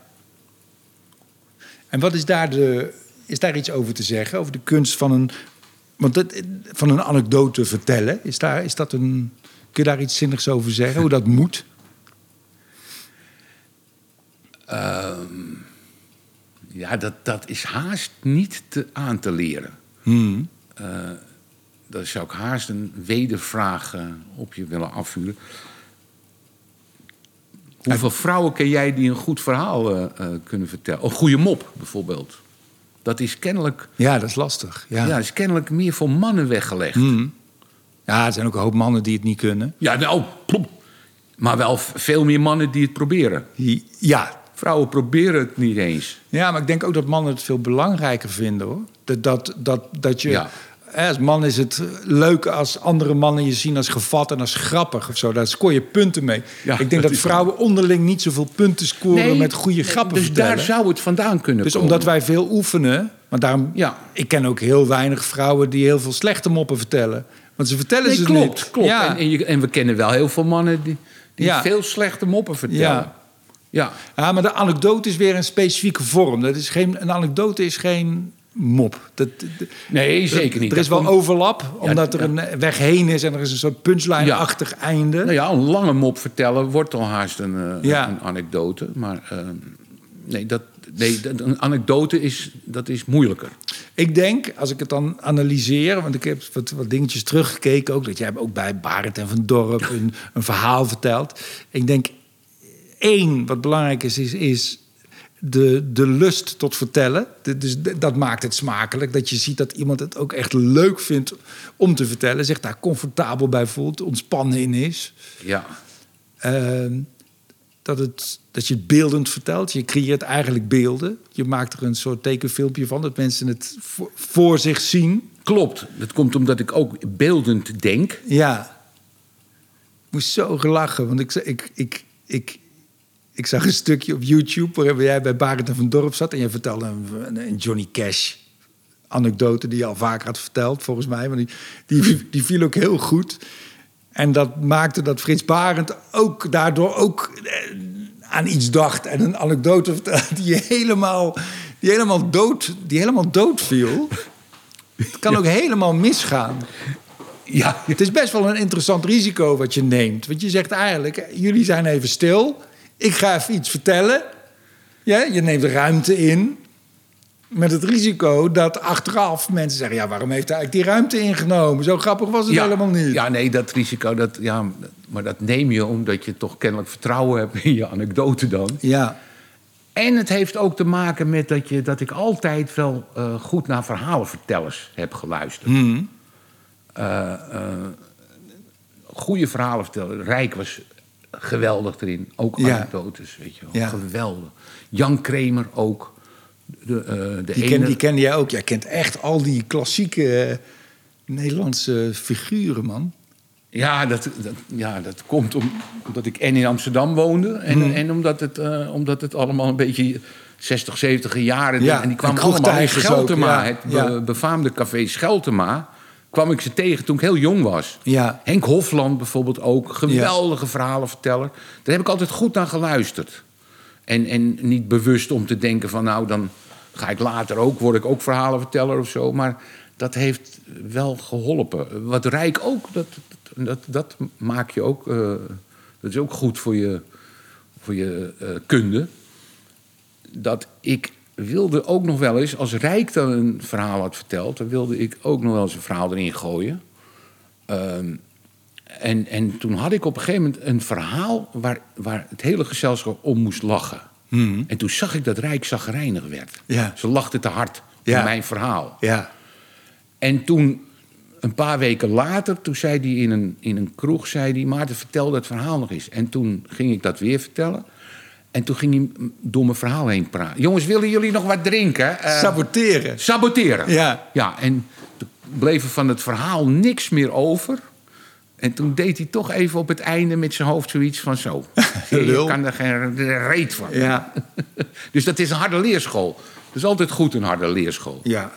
En wat is daar, de, is daar iets over te zeggen? Over de kunst van een, want het, van een anekdote vertellen? Is, daar, is dat een, kun je daar iets zinnigs over zeggen? Hoe dat moet? Um, ja, dat, dat is haast niet te, aan te leren. Hmm. Uh, daar zou ik haast een wedervraag uh, op je willen afvuren. Hoeveel vrouwen ken jij die een goed verhaal uh, uh, kunnen vertellen? Een goede mop, bijvoorbeeld. Dat is kennelijk... Ja, dat is lastig. Ja, ja dat is kennelijk meer voor mannen weggelegd. Hmm. Ja, er zijn ook een hoop mannen die het niet kunnen. Ja, nou, plop. Maar wel veel meer mannen die het proberen. Ja. Vrouwen proberen het niet eens. Ja, maar ik denk ook dat mannen het veel belangrijker vinden, hoor. Dat, dat, dat, dat je... Ja. Als man is het leuk als andere mannen je zien als gevat en als grappig of zo. Daar scoor je punten mee. Ja, ik denk dat, dat vrouwen onderling niet zoveel punten scoren nee, met goede grappen dus vertellen. Dus daar zou het vandaan kunnen dus komen. Dus omdat wij veel oefenen... Maar daarom, ja. Ik ken ook heel weinig vrouwen die heel veel slechte moppen vertellen. Want ze vertellen nee, ze klopt, niet. Klopt, ja. en, en, je, en we kennen wel heel veel mannen die, die ja. veel slechte moppen vertellen. Ja. Ja. ja, maar de anekdote is weer een specifieke vorm. Dat is geen, een anekdote is geen... mop. Dat, dat, nee, zeker niet. Er is dat wel overlap, omdat ja, er een weg heen is... en er is een soort punchline-achtig ja. einde. Nou ja, een lange mop vertellen wordt al haast een, uh, ja. een anekdote. Maar uh, nee, dat, nee, een anekdote is, dat is moeilijker. Ik denk, als ik het dan analyseer... want ik heb wat, wat dingetjes teruggekeken ook... dat jij ook bij Barend en Van Dorp een, een verhaal vertelt. Ik denk, één, wat belangrijk is, is... is De, de lust tot vertellen. De, dus de, dat maakt het smakelijk. Dat je ziet dat iemand het ook echt leuk vindt om te vertellen. Zich daar comfortabel bij voelt. Ontspannen in is. Ja. Uh, dat, het, dat je het beeldend vertelt. Je creëert eigenlijk beelden. Je maakt er een soort tekenfilmpje van. Dat mensen het voor, voor zich zien. Klopt. Dat komt omdat ik ook beeldend denk. Ja. Ik moest zo gelachen. Want ik... ik, ik, ik Ik zag een stukje op YouTube waar jij bij Barend en Van Dorp zat... en je vertelde een, een Johnny Cash anekdote die je al vaker had verteld, volgens mij. Want die, die, die viel ook heel goed. En dat maakte dat Frits Barend ook daardoor ook aan iets dacht... en een anekdote vertelde die helemaal, die helemaal, dood, die helemaal dood viel. Het kan ja. ook helemaal misgaan. Ja. Het is best wel een interessant risico wat je neemt. Want je zegt eigenlijk, jullie zijn even stil... Ik ga even iets vertellen. Ja, je neemt ruimte in. Met het risico dat achteraf mensen zeggen... ja, waarom heeft hij eigenlijk die ruimte ingenomen? Zo grappig was het ja, helemaal niet. Ja, nee, dat risico... Dat, ja, maar dat neem je omdat je toch kennelijk vertrouwen hebt... in je anekdote dan. Ja. En het heeft ook te maken met dat, je, dat ik altijd wel uh, goed naar verhalenvertellers heb geluisterd. Hmm. Uh, uh, goede verhalenvertellers. Rijk was... geweldig erin. Ook anekdotes, ja. weet je wel. Ja. Geweldig. Jan Kramer ook. De, uh, de die, ken, die kende jij ook. Jij kent echt al die klassieke uh, Nederlandse figuren, man. Ja, dat, dat, ja, dat komt om, omdat ik en in Amsterdam woonde... en, hmm. en omdat, het, uh, omdat het allemaal een beetje zestig, zeventig jaren... Ja, en die kwamen allemaal in Scheltema. Ja, het ja. be, befaamde café Scheltema... kwam ik ze tegen toen ik heel jong was. Ja. Henk Hofland bijvoorbeeld ook. Geweldige ja. verhalenverteller. Daar heb ik altijd goed naar geluisterd. En, en niet bewust om te denken van... nou, dan ga ik later ook, word ik ook verhalenverteller of zo. Maar dat heeft wel geholpen. Wat Rijk ook, dat, dat, dat maak je ook... Uh, dat is ook goed voor je, voor je uh, kunde. Dat ik wilde ook nog wel eens, als Rijk dan een verhaal had verteld, dan wilde ik ook nog wel eens een verhaal erin gooien. Um, en, en toen had ik op een gegeven moment een verhaal waar, waar het hele gezelschap om moest lachen. Hmm. En toen zag ik dat Rijk chagrijnig werd. Ja. Ze lachte te hard Ja. om mijn verhaal. Ja. En toen, een paar weken later, toen zei hij in een, in een kroeg, zei hij, Maarten, vertel dat verhaal nog eens. En toen ging ik dat weer vertellen. En toen ging hij door mijn verhaal heen praten. Jongens, willen jullie nog wat drinken? Uh, Saboteren. Saboteren. Ja. Ja, en toen bleef er van het verhaal niks meer over. En toen deed hij toch even op het einde met zijn hoofd zoiets van zo. Je kan er geen reet van. Ja. Dus dat is een harde leerschool. Dat is altijd goed, een harde leerschool. Ja.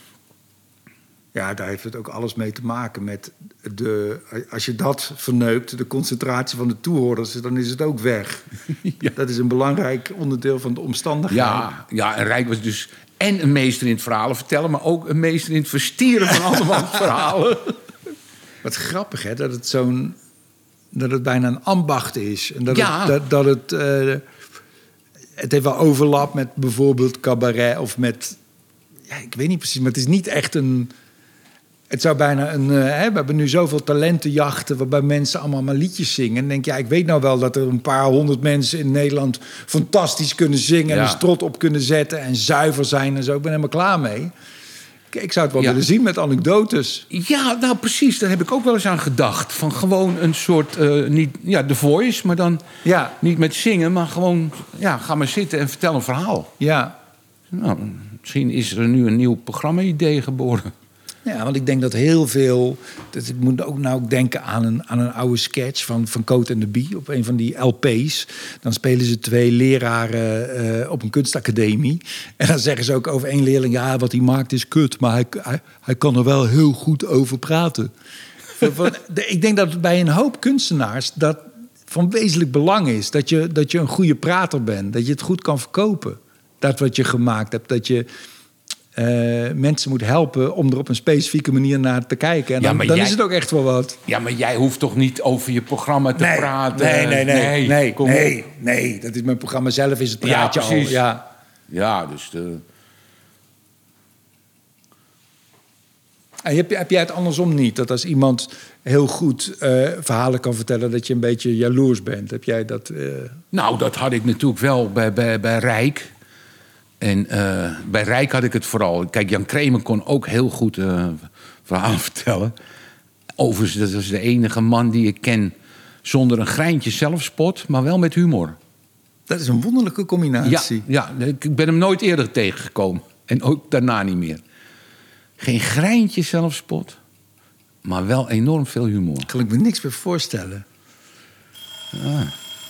Ja, daar heeft het ook alles mee te maken met de... Als je dat verneukt, de concentratie van de toehoorders, dan is het ook weg. Ja. Dat is een belangrijk onderdeel van de omstandigheden. Ja, ja, en Rijk was dus en een meester in het verhalen vertellen, maar ook een meester in het verstieren van allemaal verhalen. Wat grappig, hè, dat het zo'n... dat het bijna een ambacht is. En dat Ja. het... Dat, dat het, uh, het heeft wel overlap met bijvoorbeeld cabaret of met... Ja, ik weet niet precies, maar het is niet echt een... Het zou bijna een... Uh, hè, we hebben nu zoveel talentenjachten waarbij mensen allemaal maar liedjes zingen. En dan denk je, ja, ik weet nou wel dat er een paar honderd mensen in Nederland fantastisch kunnen zingen... Ja. en een strot op kunnen zetten en zuiver zijn en zo. Ik ben helemaal klaar mee. Ik, ik zou het wel Ja. willen zien met anekdotes. Ja, nou precies, daar heb ik ook wel eens aan gedacht. Van gewoon een soort, uh, niet, ja, The Voice, maar dan Ja, niet met zingen, maar gewoon, ja, ga maar zitten en vertel een verhaal. ja. Nou, misschien is er nu een nieuw programma-idee geboren. Ja, want ik denk dat heel veel... Dat ik moet ook nou ook denken aan een, aan een oude sketch van, van Coat en de Bie... op een van die L P's. Dan spelen ze twee leraren uh, op een kunstacademie. En dan zeggen ze ook over één leerling... ja, wat hij maakt is kut, maar hij, hij, hij kan er wel heel goed over praten. Van, de, ik denk dat bij een hoop kunstenaars... dat van wezenlijk belang is dat je, dat je een goede prater bent. Dat je het goed kan verkopen. Dat wat je gemaakt hebt, dat je... Uh, mensen moet helpen om er op een specifieke manier naar te kijken. En Ja, dan, maar dan jij- is het ook echt wel wat. Ja, maar jij hoeft toch niet over je programma te nee, praten? Nee, nee, nee. Nee, nee, kom nee, op. nee, dat is mijn programma zelf, is het Ja, praatje al. precies. Ja. Ja, dus... De... En heb, heb jij het andersom niet? Dat als iemand heel goed uh, verhalen kan vertellen... dat je een beetje jaloers bent? Heb jij dat... Uh... Nou, dat had ik natuurlijk wel bij, bij, bij Rijk. En uh, bij Rijk had ik het vooral. Kijk, Jan Kramer kon ook heel goed uh, verhalen vertellen. Overigens, dat is de enige man die ik ken zonder een greintje zelfspot, maar wel met humor. Dat is een wonderlijke combinatie. Ja, ja, ik ben hem nooit eerder tegengekomen. En ook daarna niet meer. Geen greintje zelfspot, maar wel enorm veel humor. Daar kan ik me niks meer voorstellen. Ah.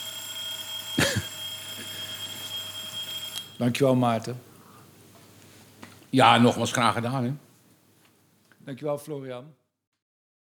Dankjewel, Maarten. Ja, nogmaals graag gedaan, hè. Dankjewel, Florian.